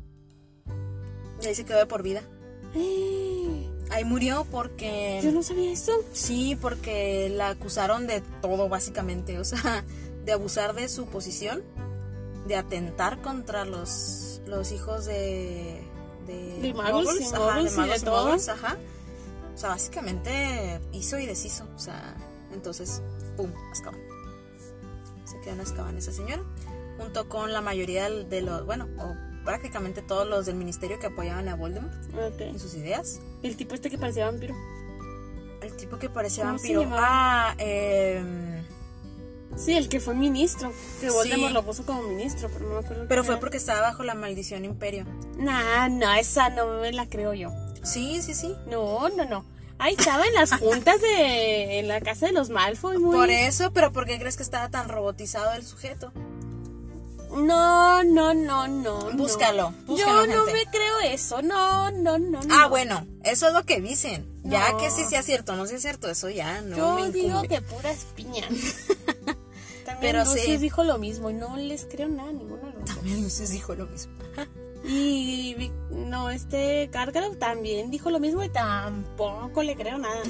[SPEAKER 1] Y ahí se quedó de por vida.
[SPEAKER 2] Eh,
[SPEAKER 1] Ahí murió porque...
[SPEAKER 2] Yo no sabía eso.
[SPEAKER 1] Sí, porque la acusaron de todo, básicamente. O sea, de abusar de su posición, de atentar contra los, los hijos de... De,
[SPEAKER 2] de magos,
[SPEAKER 1] Muggles,
[SPEAKER 2] y
[SPEAKER 1] ajá,
[SPEAKER 2] Muggles
[SPEAKER 1] de magos
[SPEAKER 2] y de
[SPEAKER 1] y
[SPEAKER 2] todo.
[SPEAKER 1] Muggles, ajá. O sea, básicamente hizo y deshizo. O sea, entonces, pum, Azkaban. Se quedó en Azkaban esa señora, junto con la mayoría de los, bueno, o prácticamente todos los del ministerio que apoyaban a Voldemort
[SPEAKER 2] Okay.
[SPEAKER 1] en sus ideas.
[SPEAKER 2] El tipo este que parecía vampiro.
[SPEAKER 1] El tipo que parecía
[SPEAKER 2] ¿Cómo se
[SPEAKER 1] vampiro.
[SPEAKER 2] llamaba?
[SPEAKER 1] Ah, eh,
[SPEAKER 2] Sí, el que fue ministro. Que
[SPEAKER 1] Sí.
[SPEAKER 2] Voldemort lo puso como ministro, pero no me acuerdo.
[SPEAKER 1] pero
[SPEAKER 2] qué
[SPEAKER 1] fue
[SPEAKER 2] era.
[SPEAKER 1] porque estaba bajo la maldición imperio.
[SPEAKER 2] Nah, no, esa no me la creo yo.
[SPEAKER 1] Sí, sí, sí.
[SPEAKER 2] No, no, no. Ahí estaba en las juntas de... en la casa de los Malfoy, muy...
[SPEAKER 1] Por eso, pero ¿por qué crees que estaba tan robotizado el sujeto?
[SPEAKER 2] No, no, no, no.
[SPEAKER 1] Búscalo,
[SPEAKER 2] no.
[SPEAKER 1] búscalo,
[SPEAKER 2] Yo no
[SPEAKER 1] gente.
[SPEAKER 2] me creo eso. No, no, no,
[SPEAKER 1] Ah,
[SPEAKER 2] no.
[SPEAKER 1] bueno, eso es lo que dicen. Ya
[SPEAKER 2] No.
[SPEAKER 1] que sí sea cierto o no sea cierto, eso ya no
[SPEAKER 2] Yo
[SPEAKER 1] me
[SPEAKER 2] digo
[SPEAKER 1] incumbe.
[SPEAKER 2] que pura espiña. También
[SPEAKER 1] Pero
[SPEAKER 2] Lucius
[SPEAKER 1] sí.
[SPEAKER 2] dijo lo mismo y no les creo nada a ninguno de los dos.
[SPEAKER 1] También Lucius dijo lo mismo.
[SPEAKER 2] Y Vic- no, este Cárcaro también dijo lo mismo y tampoco le creo nada.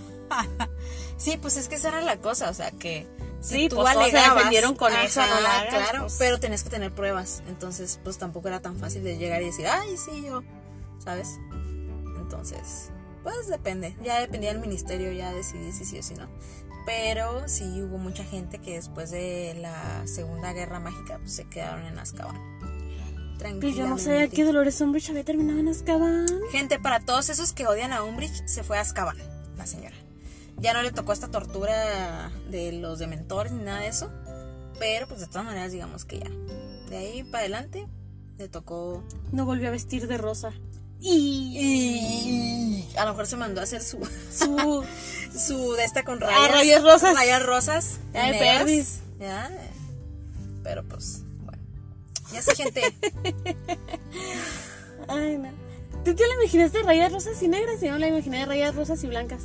[SPEAKER 1] Sí, pues es que esa era la cosa, o sea, que si
[SPEAKER 2] Sí,
[SPEAKER 1] tú
[SPEAKER 2] pues todos se
[SPEAKER 1] alegabas,
[SPEAKER 2] defendieron con
[SPEAKER 1] ajá,
[SPEAKER 2] eso, no la hagas,
[SPEAKER 1] claro,
[SPEAKER 2] pues.
[SPEAKER 1] pero tenías que tener pruebas, entonces pues tampoco era tan fácil de llegar y decir, ay, sí, yo, ¿sabes? Entonces, pues depende, ya dependía del ministerio, ya decidí si sí o si no. Pero sí hubo mucha gente que después de la Segunda Guerra Mágica pues se quedaron en Azkaban.
[SPEAKER 2] Pues yo no sabía que Dolores Umbridge había terminado en Azkaban.
[SPEAKER 1] Gente, para todos esos que odian a Umbridge, se fue a Azkaban, la señora. Ya no le tocó esta tortura de los dementores ni nada de eso. Pero pues de todas maneras digamos que ya. De ahí para adelante le tocó...
[SPEAKER 2] No volvió a vestir de rosa. Y...
[SPEAKER 1] Y a lo mejor se mandó a hacer su...
[SPEAKER 2] Su...
[SPEAKER 1] su de esta con rayas.
[SPEAKER 2] Ah, rayas rosas.
[SPEAKER 1] Rayas rosas.
[SPEAKER 2] Ay,
[SPEAKER 1] negras.
[SPEAKER 2] perdis.
[SPEAKER 1] Ya. eh. Pero pues, bueno. Ya sé, gente.
[SPEAKER 2] Ay, no. ¿Tú te la imaginaste de rayas rosas y negras? Yo no la imaginé de rayas rosas y blancas.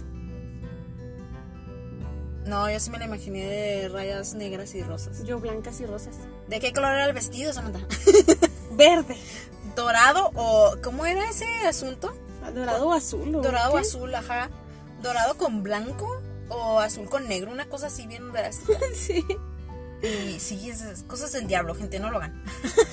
[SPEAKER 1] No, yo sí me la imaginé de rayas negras y rosas.
[SPEAKER 2] Yo blancas y rosas.
[SPEAKER 1] ¿De qué color era el vestido, Samantha?
[SPEAKER 2] Verde.
[SPEAKER 1] ¿Dorado o... ¿Cómo era ese asunto?
[SPEAKER 2] Dorado o azul. ¿o
[SPEAKER 1] Dorado o
[SPEAKER 2] qué?
[SPEAKER 1] azul, ajá. ¿Dorado con blanco o azul con negro? Una cosa así bien drástica.
[SPEAKER 2] Sí.
[SPEAKER 1] Y sí, esas cosas del diablo, gente, no lo hagan.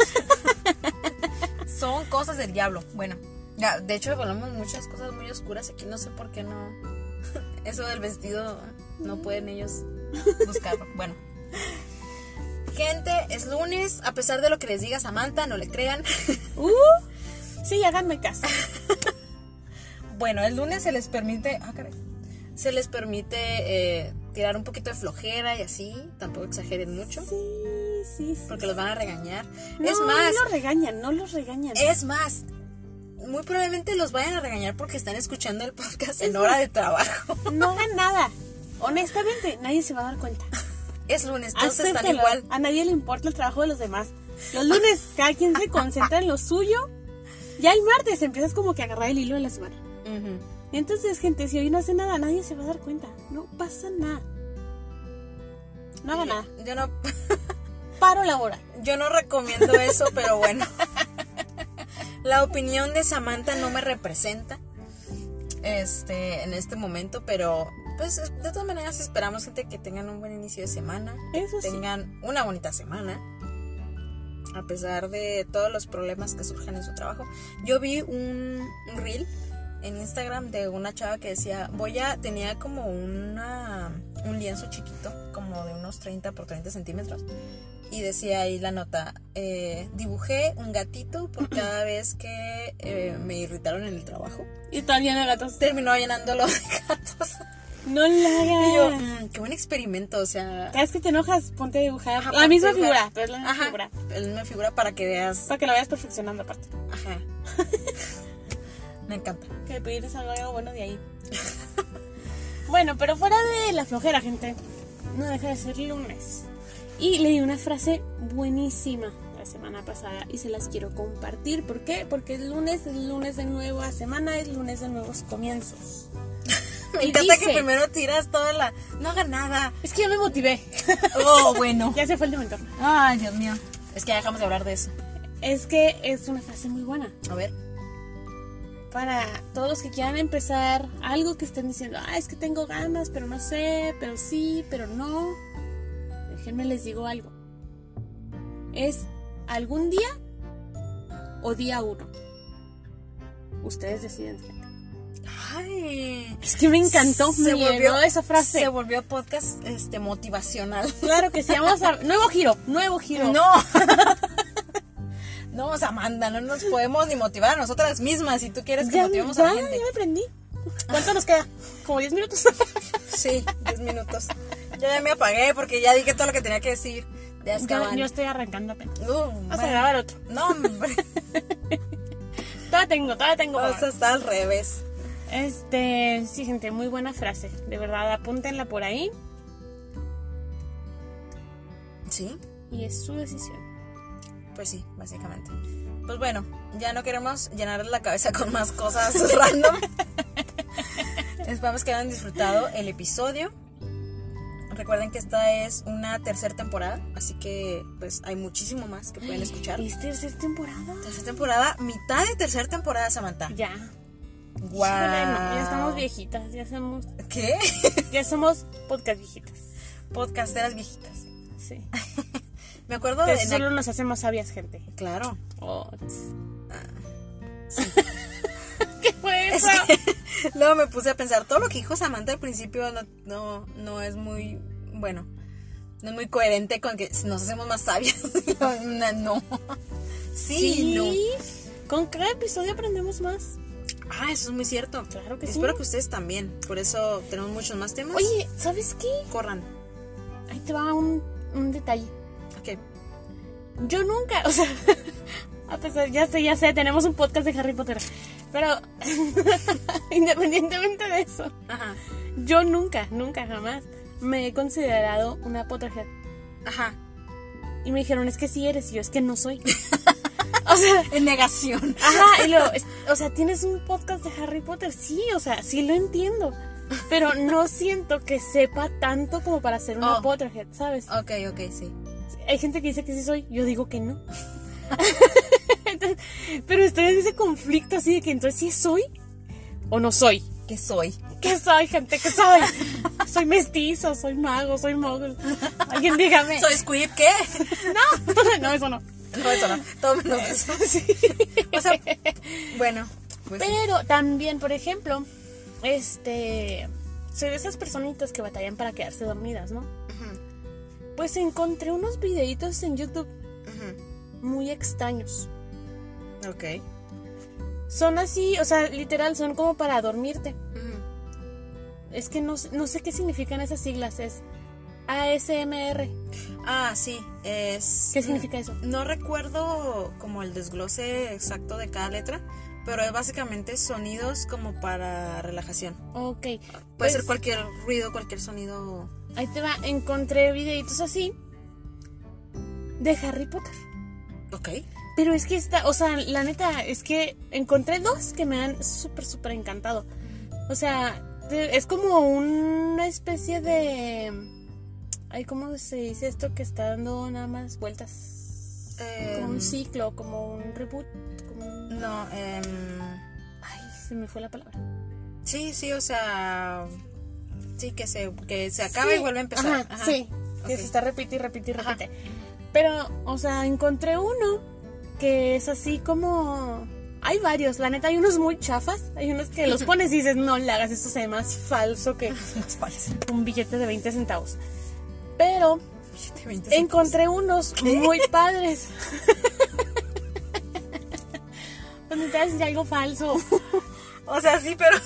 [SPEAKER 1] Son cosas del diablo. Bueno, ya, de hecho hablamos muchas cosas muy oscuras aquí, no sé por qué no. Eso del vestido no pueden ellos buscarlo. Bueno. Gente, es lunes, a pesar de lo que les diga Samantha, no le crean.
[SPEAKER 2] Uh, sí, háganme caso.
[SPEAKER 1] Bueno, el lunes se les permite, ah, caray, se les permite eh, tirar un poquito de flojera y así, tampoco exageren mucho,
[SPEAKER 2] Sí, sí, sí.
[SPEAKER 1] porque los van a regañar.
[SPEAKER 2] No,
[SPEAKER 1] es más,
[SPEAKER 2] no los regañan, no los regañan.
[SPEAKER 1] es más, muy probablemente los vayan a regañar porque están escuchando el podcast en
[SPEAKER 2] Es
[SPEAKER 1] hora de trabajo.
[SPEAKER 2] No hagan nada. Honestamente, nadie se va a dar cuenta.
[SPEAKER 1] Es lunes, entonces están
[SPEAKER 2] Acéptelo.
[SPEAKER 1] igual.
[SPEAKER 2] A nadie le importa el trabajo de los demás. Los lunes, cada quien se concentra en lo suyo. Ya el martes empiezas como que a agarrar el hilo de la semana.
[SPEAKER 1] Ujú.
[SPEAKER 2] Entonces, gente, si hoy no hace nada, nadie se va a dar cuenta. No pasa nada. No haga
[SPEAKER 1] yo,
[SPEAKER 2] nada.
[SPEAKER 1] yo no,
[SPEAKER 2] Paro laboral.
[SPEAKER 1] yo no recomiendo eso, pero bueno. La opinión de Samantha no me representa este en este momento, pero pues de todas maneras esperamos, gente, que tengan un buen inicio de semana, que
[SPEAKER 2] Eso sí.
[SPEAKER 1] tengan una bonita semana a pesar de todos los problemas que surjan en su trabajo. Yo vi un, un reel en Instagram de una chava que decía, voy a, tenía como una un lienzo chiquito, como de unos treinta por treinta centímetros, y decía ahí la nota, eh, dibujé un gatito por cada vez que eh, me irritaron en el trabajo.
[SPEAKER 2] Y están llenos de gatos.
[SPEAKER 1] Terminó llenándolo de gatos.
[SPEAKER 2] No la hagas.
[SPEAKER 1] Y yo, mmm, qué buen experimento, o sea...
[SPEAKER 2] Cada vez que te enojas, ponte a dibujar.
[SPEAKER 1] Ajá,
[SPEAKER 2] la misma
[SPEAKER 1] dibujar.
[SPEAKER 2] figura, pero es la misma
[SPEAKER 1] Ajá,
[SPEAKER 2] figura.
[SPEAKER 1] es una figura para que veas...
[SPEAKER 2] Para que la vayas perfeccionando aparte.
[SPEAKER 1] Ajá. Me encanta.
[SPEAKER 2] Que pedir algo bueno de ahí. Bueno, pero fuera de la flojera, gente, no deja de ser lunes. Y leí una frase buenísima la semana pasada y se las quiero compartir. ¿Por qué? Porque es lunes, es lunes de nueva semana, es lunes de nuevos comienzos.
[SPEAKER 1] Me
[SPEAKER 2] Y
[SPEAKER 1] encanta
[SPEAKER 2] dice,
[SPEAKER 1] que primero tiras toda la... No haga nada.
[SPEAKER 2] es que ya me motivé.
[SPEAKER 1] Oh, bueno.
[SPEAKER 2] Ya se fue el de mentor.
[SPEAKER 1] Ay, Dios mío. Es que ya dejamos de hablar de eso.
[SPEAKER 2] Es que es una frase muy buena.
[SPEAKER 1] A ver.
[SPEAKER 2] Para todos los que quieran empezar algo que estén diciendo, ah, es que tengo ganas, pero no sé, pero sí, pero no. Déjenme les digo algo. Es algún día o día uno. Ustedes deciden, gente.
[SPEAKER 1] Ay,
[SPEAKER 2] es que me encantó, me volvió esa frase.
[SPEAKER 1] Se volvió podcast este motivacional.
[SPEAKER 2] Claro que sí, vamos a... Nuevo giro, nuevo giro.
[SPEAKER 1] No. No, Samantha, no nos podemos ni motivar a nosotras mismas. Si tú quieres que
[SPEAKER 2] ya,
[SPEAKER 1] motivemos
[SPEAKER 2] ya,
[SPEAKER 1] a la gente.
[SPEAKER 2] Ya me prendí. ¿Cuánto nos queda? ¿Como diez minutos?
[SPEAKER 1] Sí, diez minutos. Yo ya me apagué porque ya dije todo lo que tenía que decir. De Azkaban.
[SPEAKER 2] Yo, yo estoy arrancando apenas.
[SPEAKER 1] Uh,
[SPEAKER 2] Vamos
[SPEAKER 1] bueno.
[SPEAKER 2] a grabar otro.
[SPEAKER 1] No, hombre.
[SPEAKER 2] Todavía tengo, todavía tengo.
[SPEAKER 1] Vamos a estar al revés.
[SPEAKER 2] Este, sí, gente, muy buena frase. De verdad, apúntenla por ahí.
[SPEAKER 1] Sí.
[SPEAKER 2] Y es su decisión.
[SPEAKER 1] Pues sí, básicamente. Pues bueno, ya no queremos llenar la cabeza con más cosas random. Esperamos que hayan disfrutado el episodio. Recuerden que esta es una tercera temporada, así que pues hay muchísimo más que pueden escuchar.
[SPEAKER 2] ¿Es tercera temporada?
[SPEAKER 1] Tercera temporada, mitad de tercera temporada, Samantha.
[SPEAKER 2] Ya.
[SPEAKER 1] Guau.
[SPEAKER 2] Híjole, no, ya estamos viejitas, ya somos...
[SPEAKER 1] ¿Qué?
[SPEAKER 2] Ya somos podcast viejitas.
[SPEAKER 1] Podcasteras viejitas.
[SPEAKER 2] Sí.
[SPEAKER 1] Me acuerdo
[SPEAKER 2] Que
[SPEAKER 1] de...
[SPEAKER 2] eso solo nos hace más sabias, gente.
[SPEAKER 1] Claro.
[SPEAKER 2] Oh,
[SPEAKER 1] Sí.
[SPEAKER 2] ¿Qué fue eso?
[SPEAKER 1] Es que luego me puse a pensar, todo lo que dijo Samantha al principio no, no, no es muy, bueno, no es muy coherente con que nos hacemos más sabias. No, no. Sí,
[SPEAKER 2] Sí,
[SPEAKER 1] no.
[SPEAKER 2] con cada episodio aprendemos más.
[SPEAKER 1] Ah, eso es muy cierto.
[SPEAKER 2] Claro que
[SPEAKER 1] y
[SPEAKER 2] sí.
[SPEAKER 1] espero que ustedes también. Por eso tenemos muchos más temas.
[SPEAKER 2] Oye, ¿sabes qué?
[SPEAKER 1] Corran.
[SPEAKER 2] Ahí te va un, un detalle.
[SPEAKER 1] Ok.
[SPEAKER 2] Yo nunca, o sea, a pesar, ya sé, ya sé, tenemos un podcast de Harry Potter, pero independientemente de eso,
[SPEAKER 1] Ajá.
[SPEAKER 2] yo nunca, nunca, jamás me he considerado una Potterhead.
[SPEAKER 1] Ajá.
[SPEAKER 2] Y me dijeron, es que sí eres, y yo, es que no soy. O sea,
[SPEAKER 1] en negación.
[SPEAKER 2] ajá, y luego, es- o sea, ¿tienes un podcast de Harry Potter? Sí, o sea, sí lo entiendo, pero no siento que sepa tanto como para ser una
[SPEAKER 1] Oh.
[SPEAKER 2] Potterhead, ¿sabes?
[SPEAKER 1] Ok, ok, sí.
[SPEAKER 2] Hay gente que dice que sí soy, yo digo que no. Entonces, pero estoy en ese conflicto así de que entonces sí soy o no soy.
[SPEAKER 1] ¿Qué soy?
[SPEAKER 2] ¿Qué soy, gente? ¿Qué soy? Soy mestizo, soy mago, soy mogul. Alguien dígame.
[SPEAKER 1] ¿Soy Squid? ¿Qué?
[SPEAKER 2] No, no, eso no.
[SPEAKER 1] No, eso no. Todo menos eso.
[SPEAKER 2] Sí.
[SPEAKER 1] O sea, bueno. Pues,
[SPEAKER 2] Pero también, por ejemplo, este, soy de esas personitas que batallan para quedarse dormidas, ¿no?
[SPEAKER 1] Ujú,
[SPEAKER 2] Pues encontré unos videitos en YouTube
[SPEAKER 1] ujú.
[SPEAKER 2] muy extraños.
[SPEAKER 1] Ok.
[SPEAKER 2] Son así, o sea, literal, son como para dormirte.
[SPEAKER 1] Ujú.
[SPEAKER 2] Es que no, sé- no sé qué significan esas siglas, es A S M R.
[SPEAKER 1] Ah, sí, es...
[SPEAKER 2] ¿Qué significa eso?
[SPEAKER 1] No recuerdo como el desglose exacto de cada letra, pero es básicamente sonidos como para relajación.
[SPEAKER 2] Ok.
[SPEAKER 1] Puede
[SPEAKER 2] pues,
[SPEAKER 1] ser cualquier ruido, cualquier sonido.
[SPEAKER 2] Ahí te va, encontré videitos así de Harry Potter.
[SPEAKER 1] Ok.
[SPEAKER 2] Pero es que está, o sea, la neta, es que encontré dos que me han súper, súper encantado. O sea, de- es como una especie de... Ay, ¿cómo se dice esto? Que está dando nada más vueltas.
[SPEAKER 1] Eh,
[SPEAKER 2] Como un ciclo, como un reboot. Como un...
[SPEAKER 1] No, em,
[SPEAKER 2] Ay, se me fue la palabra.
[SPEAKER 1] sí, sí, o sea, sí, que se, que se acaba
[SPEAKER 2] Sí,
[SPEAKER 1] y vuelve a empezar.
[SPEAKER 2] ajá,
[SPEAKER 1] Ajá.
[SPEAKER 2] sí, que
[SPEAKER 1] Ok.
[SPEAKER 2] se está repite y repite y
[SPEAKER 1] Ajá.
[SPEAKER 2] repite. Pero, o sea, encontré uno que es así como... Hay varios, la neta, hay unos muy chafas. Hay unos que los pones y dices, no le hagas, esto se ve más falso que
[SPEAKER 1] Es falso.
[SPEAKER 2] un billete de veinte centavos. Pero
[SPEAKER 1] veinte
[SPEAKER 2] encontré unos
[SPEAKER 1] ¿Qué?
[SPEAKER 2] muy padres. Pues te voy a decir algo falso.
[SPEAKER 1] O sea, sí, pero...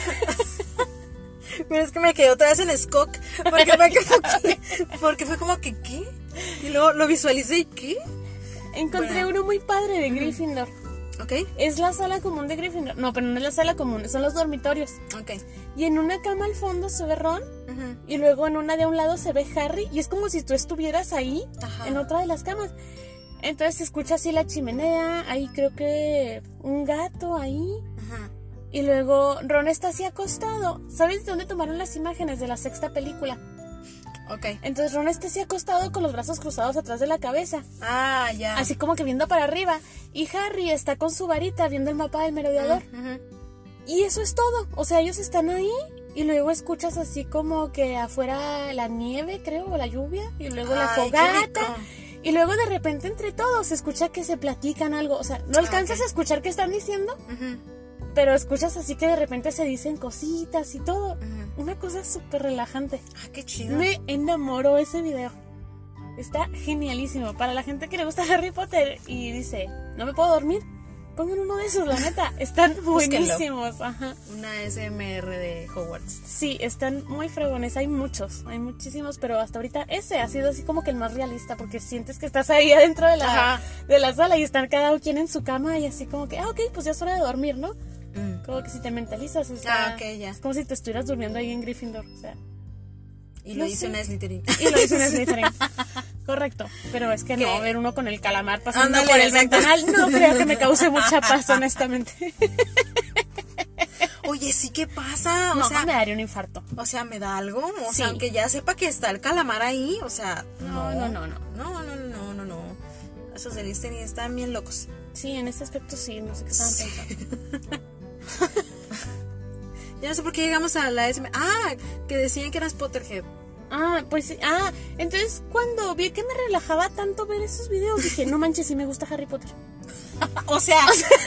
[SPEAKER 1] pero es que me quedé otra vez en Skok. Porque fue como que... Porque fue como que, ¿qué? Y luego lo visualicé y ¿qué?
[SPEAKER 2] Encontré
[SPEAKER 1] Bueno.
[SPEAKER 2] uno muy padre de Gryffindor.
[SPEAKER 1] Ok,
[SPEAKER 2] Es la sala común de Gryffindor. No, pero no es la sala común, son los dormitorios.
[SPEAKER 1] ok.
[SPEAKER 2] Y en una cama al fondo se ve Ron.
[SPEAKER 1] Ujú.
[SPEAKER 2] Y luego en una de un lado se ve Harry. Y es como si tú estuvieras ahí,
[SPEAKER 1] Ajá.
[SPEAKER 2] en otra de las camas. Entonces se escucha así la chimenea. Ahí creo que un gato ahí.
[SPEAKER 1] Ajá.
[SPEAKER 2] Y luego Ron está así acostado. ¿Sabes de dónde tomaron las imágenes? De la sexta película.
[SPEAKER 1] Ok.
[SPEAKER 2] Entonces Ron está así acostado con los brazos cruzados atrás de la cabeza.
[SPEAKER 1] Ah, ya.
[SPEAKER 2] Así como que viendo para arriba. Y Harry está con su varita viendo el mapa del merodeador.
[SPEAKER 1] Ujú.
[SPEAKER 2] Y eso es todo. O sea, ellos están ahí. Y luego escuchas así como que afuera la nieve, creo, o la lluvia. Y luego la
[SPEAKER 1] Ay, qué
[SPEAKER 2] fogata.
[SPEAKER 1] rico.
[SPEAKER 2] Y luego de repente entre todos se escucha que se platican algo. O sea, no alcanzas
[SPEAKER 1] ok.
[SPEAKER 2] a escuchar qué están diciendo,
[SPEAKER 1] Ujú.
[SPEAKER 2] pero escuchas así que de repente se dicen cositas y todo.
[SPEAKER 1] Ujú.
[SPEAKER 2] Una cosa súper relajante.
[SPEAKER 1] Ah, qué chido.
[SPEAKER 2] Me enamoró ese video. Está genialísimo. Para la gente que le gusta Harry Potter y dice, no me puedo dormir, pongan uno de esos, la neta. Están buenísimos. Ajá.
[SPEAKER 1] Una S M R de Hogwarts.
[SPEAKER 2] Sí, están muy fregones. Hay muchos, hay muchísimos, pero hasta ahorita ese ha sido así como que el más realista, porque sientes que estás ahí adentro de la,
[SPEAKER 1] Ajá.
[SPEAKER 2] de la sala y están cada quien en su cama y así como que, ah, ok, pues ya es hora de dormir, ¿no?
[SPEAKER 1] Mm.
[SPEAKER 2] Como que si te mentalizas, está,
[SPEAKER 1] Ah, ok, ya.
[SPEAKER 2] es como si te estuvieras durmiendo ahí en Gryffindor, o sea.
[SPEAKER 1] Y lo
[SPEAKER 2] No
[SPEAKER 1] hice
[SPEAKER 2] sé.
[SPEAKER 1] una Slytherin.
[SPEAKER 2] Y lo hizo en Slytherin. Correcto, pero es que
[SPEAKER 1] ¿Qué?
[SPEAKER 2] no, ver uno con el calamar pasando
[SPEAKER 1] Ándale,
[SPEAKER 2] por el
[SPEAKER 1] exacto.
[SPEAKER 2] ventanal no creo que me cause mucha paz, honestamente.
[SPEAKER 1] Oye, sí, ¿qué pasa? O
[SPEAKER 2] No,
[SPEAKER 1] sea,
[SPEAKER 2] me daría un infarto.
[SPEAKER 1] o sea, me da algo. O
[SPEAKER 2] Sí.
[SPEAKER 1] sea, aunque ya sepa que está el calamar ahí, o sea,
[SPEAKER 2] No, no, no, no.
[SPEAKER 1] No, no, no, no, no. Esos de Slytherin están bien locos.
[SPEAKER 2] Sí, en este aspecto sí, no sé qué estaban pensando.
[SPEAKER 1] Ya no sé por qué llegamos a la S M. Ah, que decían que eras Potterhead.
[SPEAKER 2] Ah, pues sí. Ah, entonces cuando vi que me relajaba tanto ver esos videos, dije, no manches, sí me gusta Harry Potter.
[SPEAKER 1] O sea,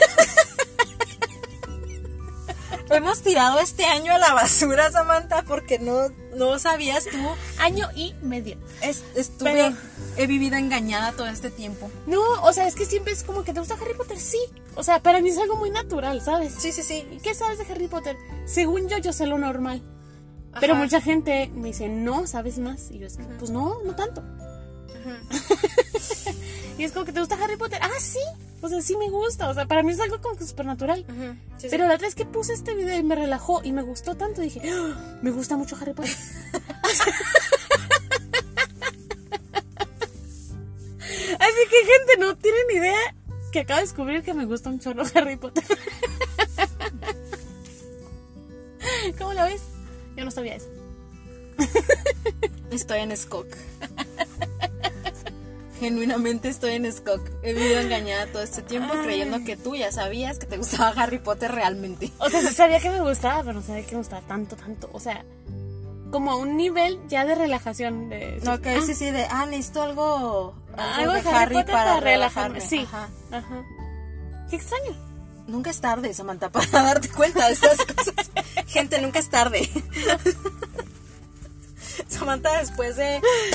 [SPEAKER 1] hemos tirado este año a la basura, Samantha, porque no, no sabías tú.
[SPEAKER 2] Año y medio.
[SPEAKER 1] Es, estuve,
[SPEAKER 2] Pero-
[SPEAKER 1] he vivido engañada todo este tiempo.
[SPEAKER 2] No, o sea, es que siempre es como que te gusta Harry Potter, sí. O sea, para mí es algo muy natural, ¿sabes?
[SPEAKER 1] Sí, sí, sí.
[SPEAKER 2] ¿Y qué sabes de Harry Potter? Según yo, yo sé lo normal. Pero
[SPEAKER 1] Ajá.
[SPEAKER 2] mucha gente me dice, no, ¿sabes más? Y yo es que, pues no, no tanto. Y es como que te gusta Harry Potter. Ah, sí. O sea, sí me gusta. O sea, para mí es algo como que súper natural.
[SPEAKER 1] Ujú. Sí,
[SPEAKER 2] Pero
[SPEAKER 1] sí.
[SPEAKER 2] la otra vez que puse este video y me relajó y me gustó tanto, dije, ¡ah! Me gusta mucho Harry Potter. Así que, gente, no tienen idea que acabo de descubrir que me gusta un chorro Harry Potter. ¿Cómo la ves? Yo no sabía eso.
[SPEAKER 1] Estoy en Skok. Genuinamente estoy en Skok. He vivido engañada todo este tiempo
[SPEAKER 2] Ay.
[SPEAKER 1] creyendo que tú ya sabías que te gustaba Harry Potter realmente.
[SPEAKER 2] O sea, sí sabía que me gustaba, pero no sabía que me gustaba tanto, tanto. O sea, como a un nivel ya de relajación. De,
[SPEAKER 1] No, que
[SPEAKER 2] ah,
[SPEAKER 1] sí, sí, de, ah, necesito algo,
[SPEAKER 2] algo de Harry Potter para, relajarme. Sí.
[SPEAKER 1] Ajá.
[SPEAKER 2] Ajá. Qué extraño.
[SPEAKER 1] Nunca es tarde, Samantha, para darte cuenta de estas cosas. Gente, nunca es tarde. Samantha, después de...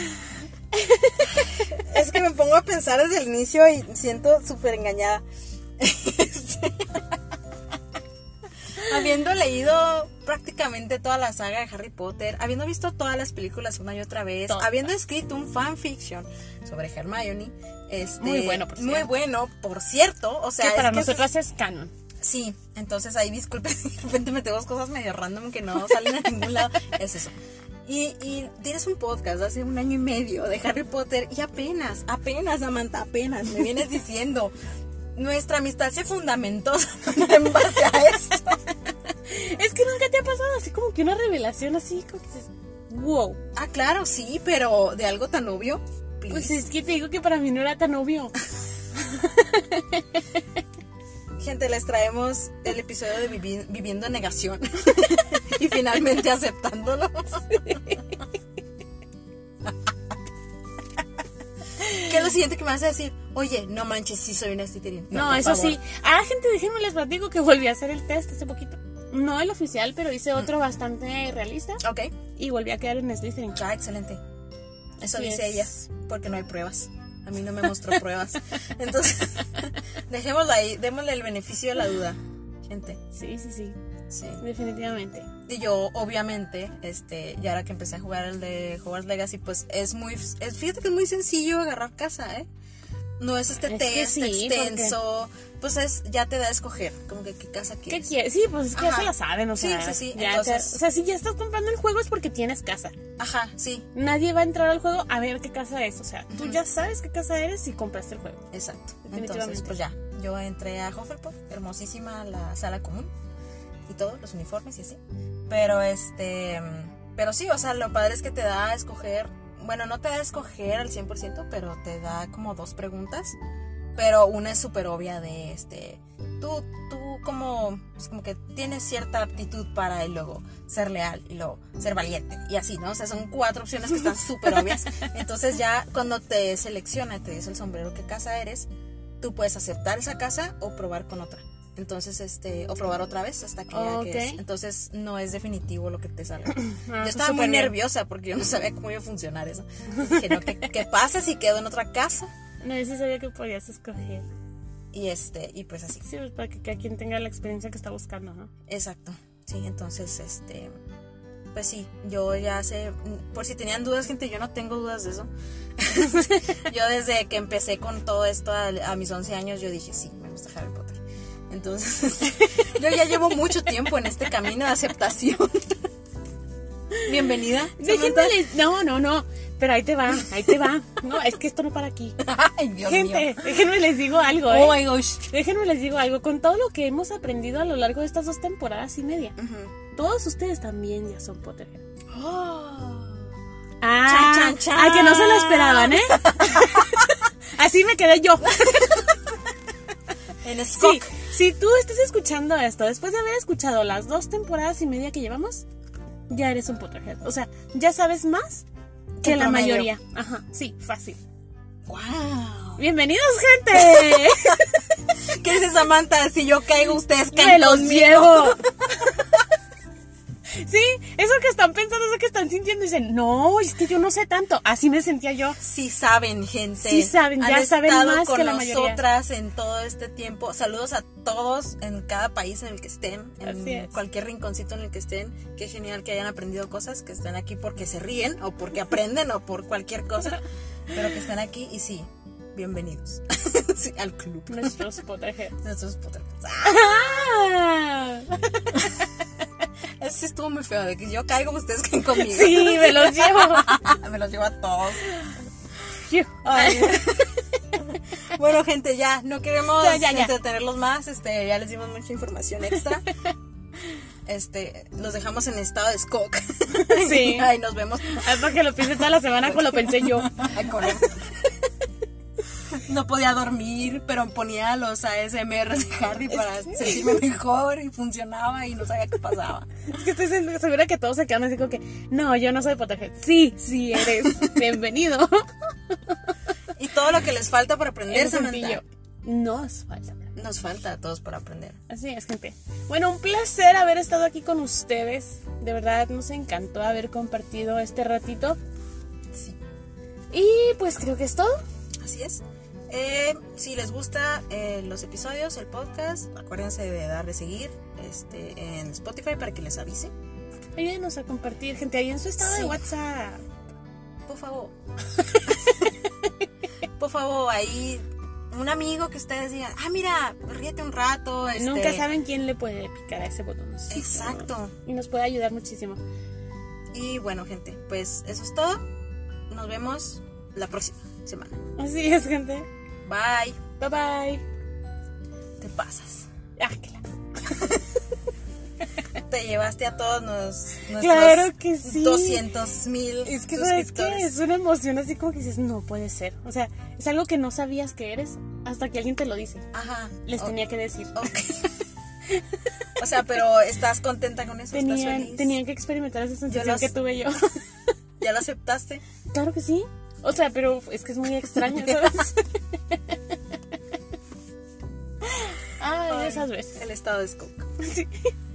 [SPEAKER 1] Es que me pongo a pensar desde el inicio y siento súper engañada. Este, habiendo leído prácticamente toda la saga de Harry Potter, habiendo visto todas las películas una y otra vez,
[SPEAKER 2] Todas.
[SPEAKER 1] habiendo escrito un fanfiction sobre Hermione, este,
[SPEAKER 2] Muy bueno, por
[SPEAKER 1] muy
[SPEAKER 2] cierto.
[SPEAKER 1] bueno, por cierto, o sea,
[SPEAKER 2] que para
[SPEAKER 1] es que eso
[SPEAKER 2] nosotras es canon.
[SPEAKER 1] sí, entonces ahí disculpen si de repente metemos cosas medio random que no salen a ningún lado, es eso. Y, y tienes un podcast hace un año y medio de Harry Potter y apenas, apenas, Samantha, apenas me vienes diciendo, nuestra amistad se fundamentó en base a esto.
[SPEAKER 2] Es que nunca te ha pasado así como que una revelación así, como que dices, wow.
[SPEAKER 1] Ah, claro, sí, pero de algo tan obvio, please.
[SPEAKER 2] Pues es que te digo que para mí no era tan obvio.
[SPEAKER 1] Gente, les traemos el episodio de Vivi- Viviendo en Negación y finalmente aceptándolo. ¿Qué es lo siguiente que me vas a decir? Oye, no manches, sí soy una Slytherin.
[SPEAKER 2] No,
[SPEAKER 1] por
[SPEAKER 2] eso
[SPEAKER 1] favor.
[SPEAKER 2] sí. Ah, gente, déjenme les platico que volví a hacer el test hace poquito. No el oficial, pero hice otro bastante realista
[SPEAKER 1] Ok,
[SPEAKER 2] y volví a quedar en Slytherin.
[SPEAKER 1] ah, excelente. Eso
[SPEAKER 2] Sí
[SPEAKER 1] dice
[SPEAKER 2] es.
[SPEAKER 1] ella, porque no hay pruebas. A mí no me mostró pruebas. Entonces, dejémoslo ahí, démosle el beneficio de la duda, gente.
[SPEAKER 2] Sí, sí, sí,
[SPEAKER 1] Sí.
[SPEAKER 2] definitivamente.
[SPEAKER 1] Y yo, obviamente, este, ya ahora que empecé a jugar el de Hogwarts Legacy, pues es muy, es, fíjate que es muy sencillo agarrar casa, ¿eh? No es este
[SPEAKER 2] Es que
[SPEAKER 1] test
[SPEAKER 2] sí,
[SPEAKER 1] extenso, pues es, ya te da a escoger, como que qué casa
[SPEAKER 2] ¿Qué
[SPEAKER 1] quieres.
[SPEAKER 2] quieres? Sí, pues es que ya
[SPEAKER 1] Ajá.
[SPEAKER 2] se la saben, o
[SPEAKER 1] Sí,
[SPEAKER 2] sea.
[SPEAKER 1] sí, sí,
[SPEAKER 2] ya
[SPEAKER 1] entonces-
[SPEAKER 2] te- o sea, si ya estás comprando el juego es porque tienes casa.
[SPEAKER 1] Ajá, sí,
[SPEAKER 2] Nadie va a entrar al juego a ver qué casa es. O sea, tú
[SPEAKER 1] Ujú.
[SPEAKER 2] ya sabes qué casa eres si compraste el juego.
[SPEAKER 1] exacto.
[SPEAKER 2] Definitivamente.
[SPEAKER 1] Entonces, pues ya, yo entré a Hufflepuff, hermosísima la sala común y todo, los uniformes y así. Pero este, pero sí, o sea, lo padre es que te da a escoger, bueno, no te da a escoger al cien por ciento, pero te da como dos preguntas. Pero una es súper obvia de este, tú, tú como, pues como que tienes cierta aptitud para y luego ser leal y luego ser valiente y así, ¿no? O sea, son cuatro opciones que están súper obvias. Entonces ya cuando te selecciona y te dice el sombrero qué casa eres, tú puedes aceptar esa casa o probar con otra. Entonces, este, o probar otra vez hasta que ya
[SPEAKER 2] Ok.
[SPEAKER 1] que es. Entonces no es definitivo lo que te salga.
[SPEAKER 2] Ah,
[SPEAKER 1] Yo estaba
[SPEAKER 2] súper
[SPEAKER 1] muy
[SPEAKER 2] bien.
[SPEAKER 1] nerviosa porque yo no sabía cómo iba a funcionar eso. Entonces dije, no, ¿qué, qué pasa si quedo en otra casa?
[SPEAKER 2] No, yo sí sabía que podías escoger.
[SPEAKER 1] Y este, y pues así.
[SPEAKER 2] Sí, pues para que cada quien tenga la experiencia que está buscando, ¿no?
[SPEAKER 1] Exacto. Sí, entonces, este, pues sí, yo ya sé, por si tenían dudas, gente, yo no tengo dudas de eso. Yo desde que empecé con todo esto a, a mis once años, yo dije, sí, me gusta Harry Potter. Entonces, yo ya llevo mucho tiempo en este camino de aceptación. Bienvenida.
[SPEAKER 2] Déjenme les- No, no, no. Pero ahí te va, ahí te va. No, es que esto no para aquí.
[SPEAKER 1] Ay, Dios
[SPEAKER 2] Gente,
[SPEAKER 1] mío.
[SPEAKER 2] déjenme les digo algo,
[SPEAKER 1] Oh
[SPEAKER 2] ¿eh?
[SPEAKER 1] my gosh.
[SPEAKER 2] Déjenme les digo algo. Con todo lo que hemos aprendido a lo largo de estas dos temporadas y media,
[SPEAKER 1] Ujú.
[SPEAKER 2] todos ustedes también ya son Potterhead.
[SPEAKER 1] Oh.
[SPEAKER 2] Ah,
[SPEAKER 1] Chan, chan, chan.
[SPEAKER 2] ah, que no se lo esperaban, ¿eh? Así me quedé yo.
[SPEAKER 1] En
[SPEAKER 2] Sí,
[SPEAKER 1] Skok.
[SPEAKER 2] si tú estás escuchando esto después de haber escuchado las dos temporadas y media que llevamos, ya eres un Potterhead. O sea, ya sabes más que
[SPEAKER 1] El
[SPEAKER 2] la
[SPEAKER 1] promedio.
[SPEAKER 2] mayoría. Ajá, sí, fácil.
[SPEAKER 1] Wow.
[SPEAKER 2] Bienvenidos, gente.
[SPEAKER 1] ¿Qué dice Samantha? Si yo caigo, ustedes
[SPEAKER 2] Me
[SPEAKER 1] caen
[SPEAKER 2] los
[SPEAKER 1] conmigo.
[SPEAKER 2] llevo. Sí, eso que están pensando, eso que están sintiendo, dicen, no, es que yo no sé tanto. Así me sentía yo.
[SPEAKER 1] Sí saben, gente.
[SPEAKER 2] Sí saben, ya
[SPEAKER 1] Han
[SPEAKER 2] saben
[SPEAKER 1] estado
[SPEAKER 2] más
[SPEAKER 1] con
[SPEAKER 2] que la mayoría.
[SPEAKER 1] nosotras en todo este tiempo. Saludos a todos en cada país en el que estén, en
[SPEAKER 2] Así es.
[SPEAKER 1] cualquier rinconcito en el que estén. Qué genial que hayan aprendido cosas, que estén aquí porque se ríen o porque aprenden o por cualquier cosa, pero que estén aquí y sí, bienvenidos sí, al club.
[SPEAKER 2] Nuestros Potterheads.
[SPEAKER 1] Nuestros Potterheads.
[SPEAKER 2] Ah.
[SPEAKER 1] Eso sí estuvo muy feo, de que yo caigo, ustedes caen conmigo.
[SPEAKER 2] Sí, me los llevo.
[SPEAKER 1] Me los llevo a todos.
[SPEAKER 2] Fiu.
[SPEAKER 1] Ay. Bueno, gente, ya no queremos
[SPEAKER 2] Ya, ya, ya.
[SPEAKER 1] entretenerlos más. Este, ya les dimos mucha información extra. Este, los dejamos en estado de Skok.
[SPEAKER 2] Sí.
[SPEAKER 1] Ay, nos vemos.
[SPEAKER 2] Hasta que lo piense toda la semana, como lo pensé yo.
[SPEAKER 1] Ay, con él. No podía dormir, pero ponía los A S M R de Harry para sentirme mejor y funcionaba y no sabía qué pasaba.
[SPEAKER 2] Es que estoy se- segura que todos se quedan así como que, no, yo no soy Potterhead. Sí, sí eres. Bienvenido.
[SPEAKER 1] Y todo lo que les falta por aprender,
[SPEAKER 2] Eres
[SPEAKER 1] Samantha.
[SPEAKER 2] sencillo. Nos falta.
[SPEAKER 1] Nos falta a todos por aprender.
[SPEAKER 2] Así es, gente. Bueno, un placer haber estado aquí con ustedes. De verdad, nos encantó haber compartido este ratito.
[SPEAKER 1] Sí.
[SPEAKER 2] Y pues creo que es todo.
[SPEAKER 1] Así es. Eh, si les gusta eh, los episodios, el podcast, acuérdense de darle seguir este, en Spotify para que les avise.
[SPEAKER 2] Ayúdenos a compartir, gente, ahí en su estado
[SPEAKER 1] Sí.
[SPEAKER 2] de WhatsApp.
[SPEAKER 1] Por favor. Por favor, ahí un amigo que ustedes digan, ah, mira, ríete un rato. Este...
[SPEAKER 2] Nunca saben quién le puede picar a ese botón.
[SPEAKER 1] Exacto.
[SPEAKER 2] Y nos puede ayudar muchísimo.
[SPEAKER 1] Y bueno, gente, pues eso es todo. Nos vemos la próxima semana.
[SPEAKER 2] Así es, gente.
[SPEAKER 1] Bye.
[SPEAKER 2] Bye bye.
[SPEAKER 1] Te pasas.
[SPEAKER 2] Ah, que la-
[SPEAKER 1] Te llevaste a todos nos, nuestros
[SPEAKER 2] Claro que sí.
[SPEAKER 1] doscientos mil
[SPEAKER 2] Es que sabes que
[SPEAKER 1] suscriptores.
[SPEAKER 2] es una emoción así como que dices, no puede ser. O sea, es algo que no sabías que eres hasta que alguien te lo dice.
[SPEAKER 1] Ajá.
[SPEAKER 2] Les
[SPEAKER 1] Ok.
[SPEAKER 2] tenía que decir.
[SPEAKER 1] Ok. O sea, pero ¿estás contenta con eso? ¿Estás
[SPEAKER 2] Tenían,
[SPEAKER 1] feliz?
[SPEAKER 2] tenían que experimentar esa sensación
[SPEAKER 1] las-
[SPEAKER 2] que tuve yo.
[SPEAKER 1] ¿Ya lo aceptaste?
[SPEAKER 2] Claro que sí. O sea, pero es que es muy extraño, ¿sabes? Ay,
[SPEAKER 1] Ay,
[SPEAKER 2] esas veces.
[SPEAKER 1] El estado de Skok.
[SPEAKER 2] Sí.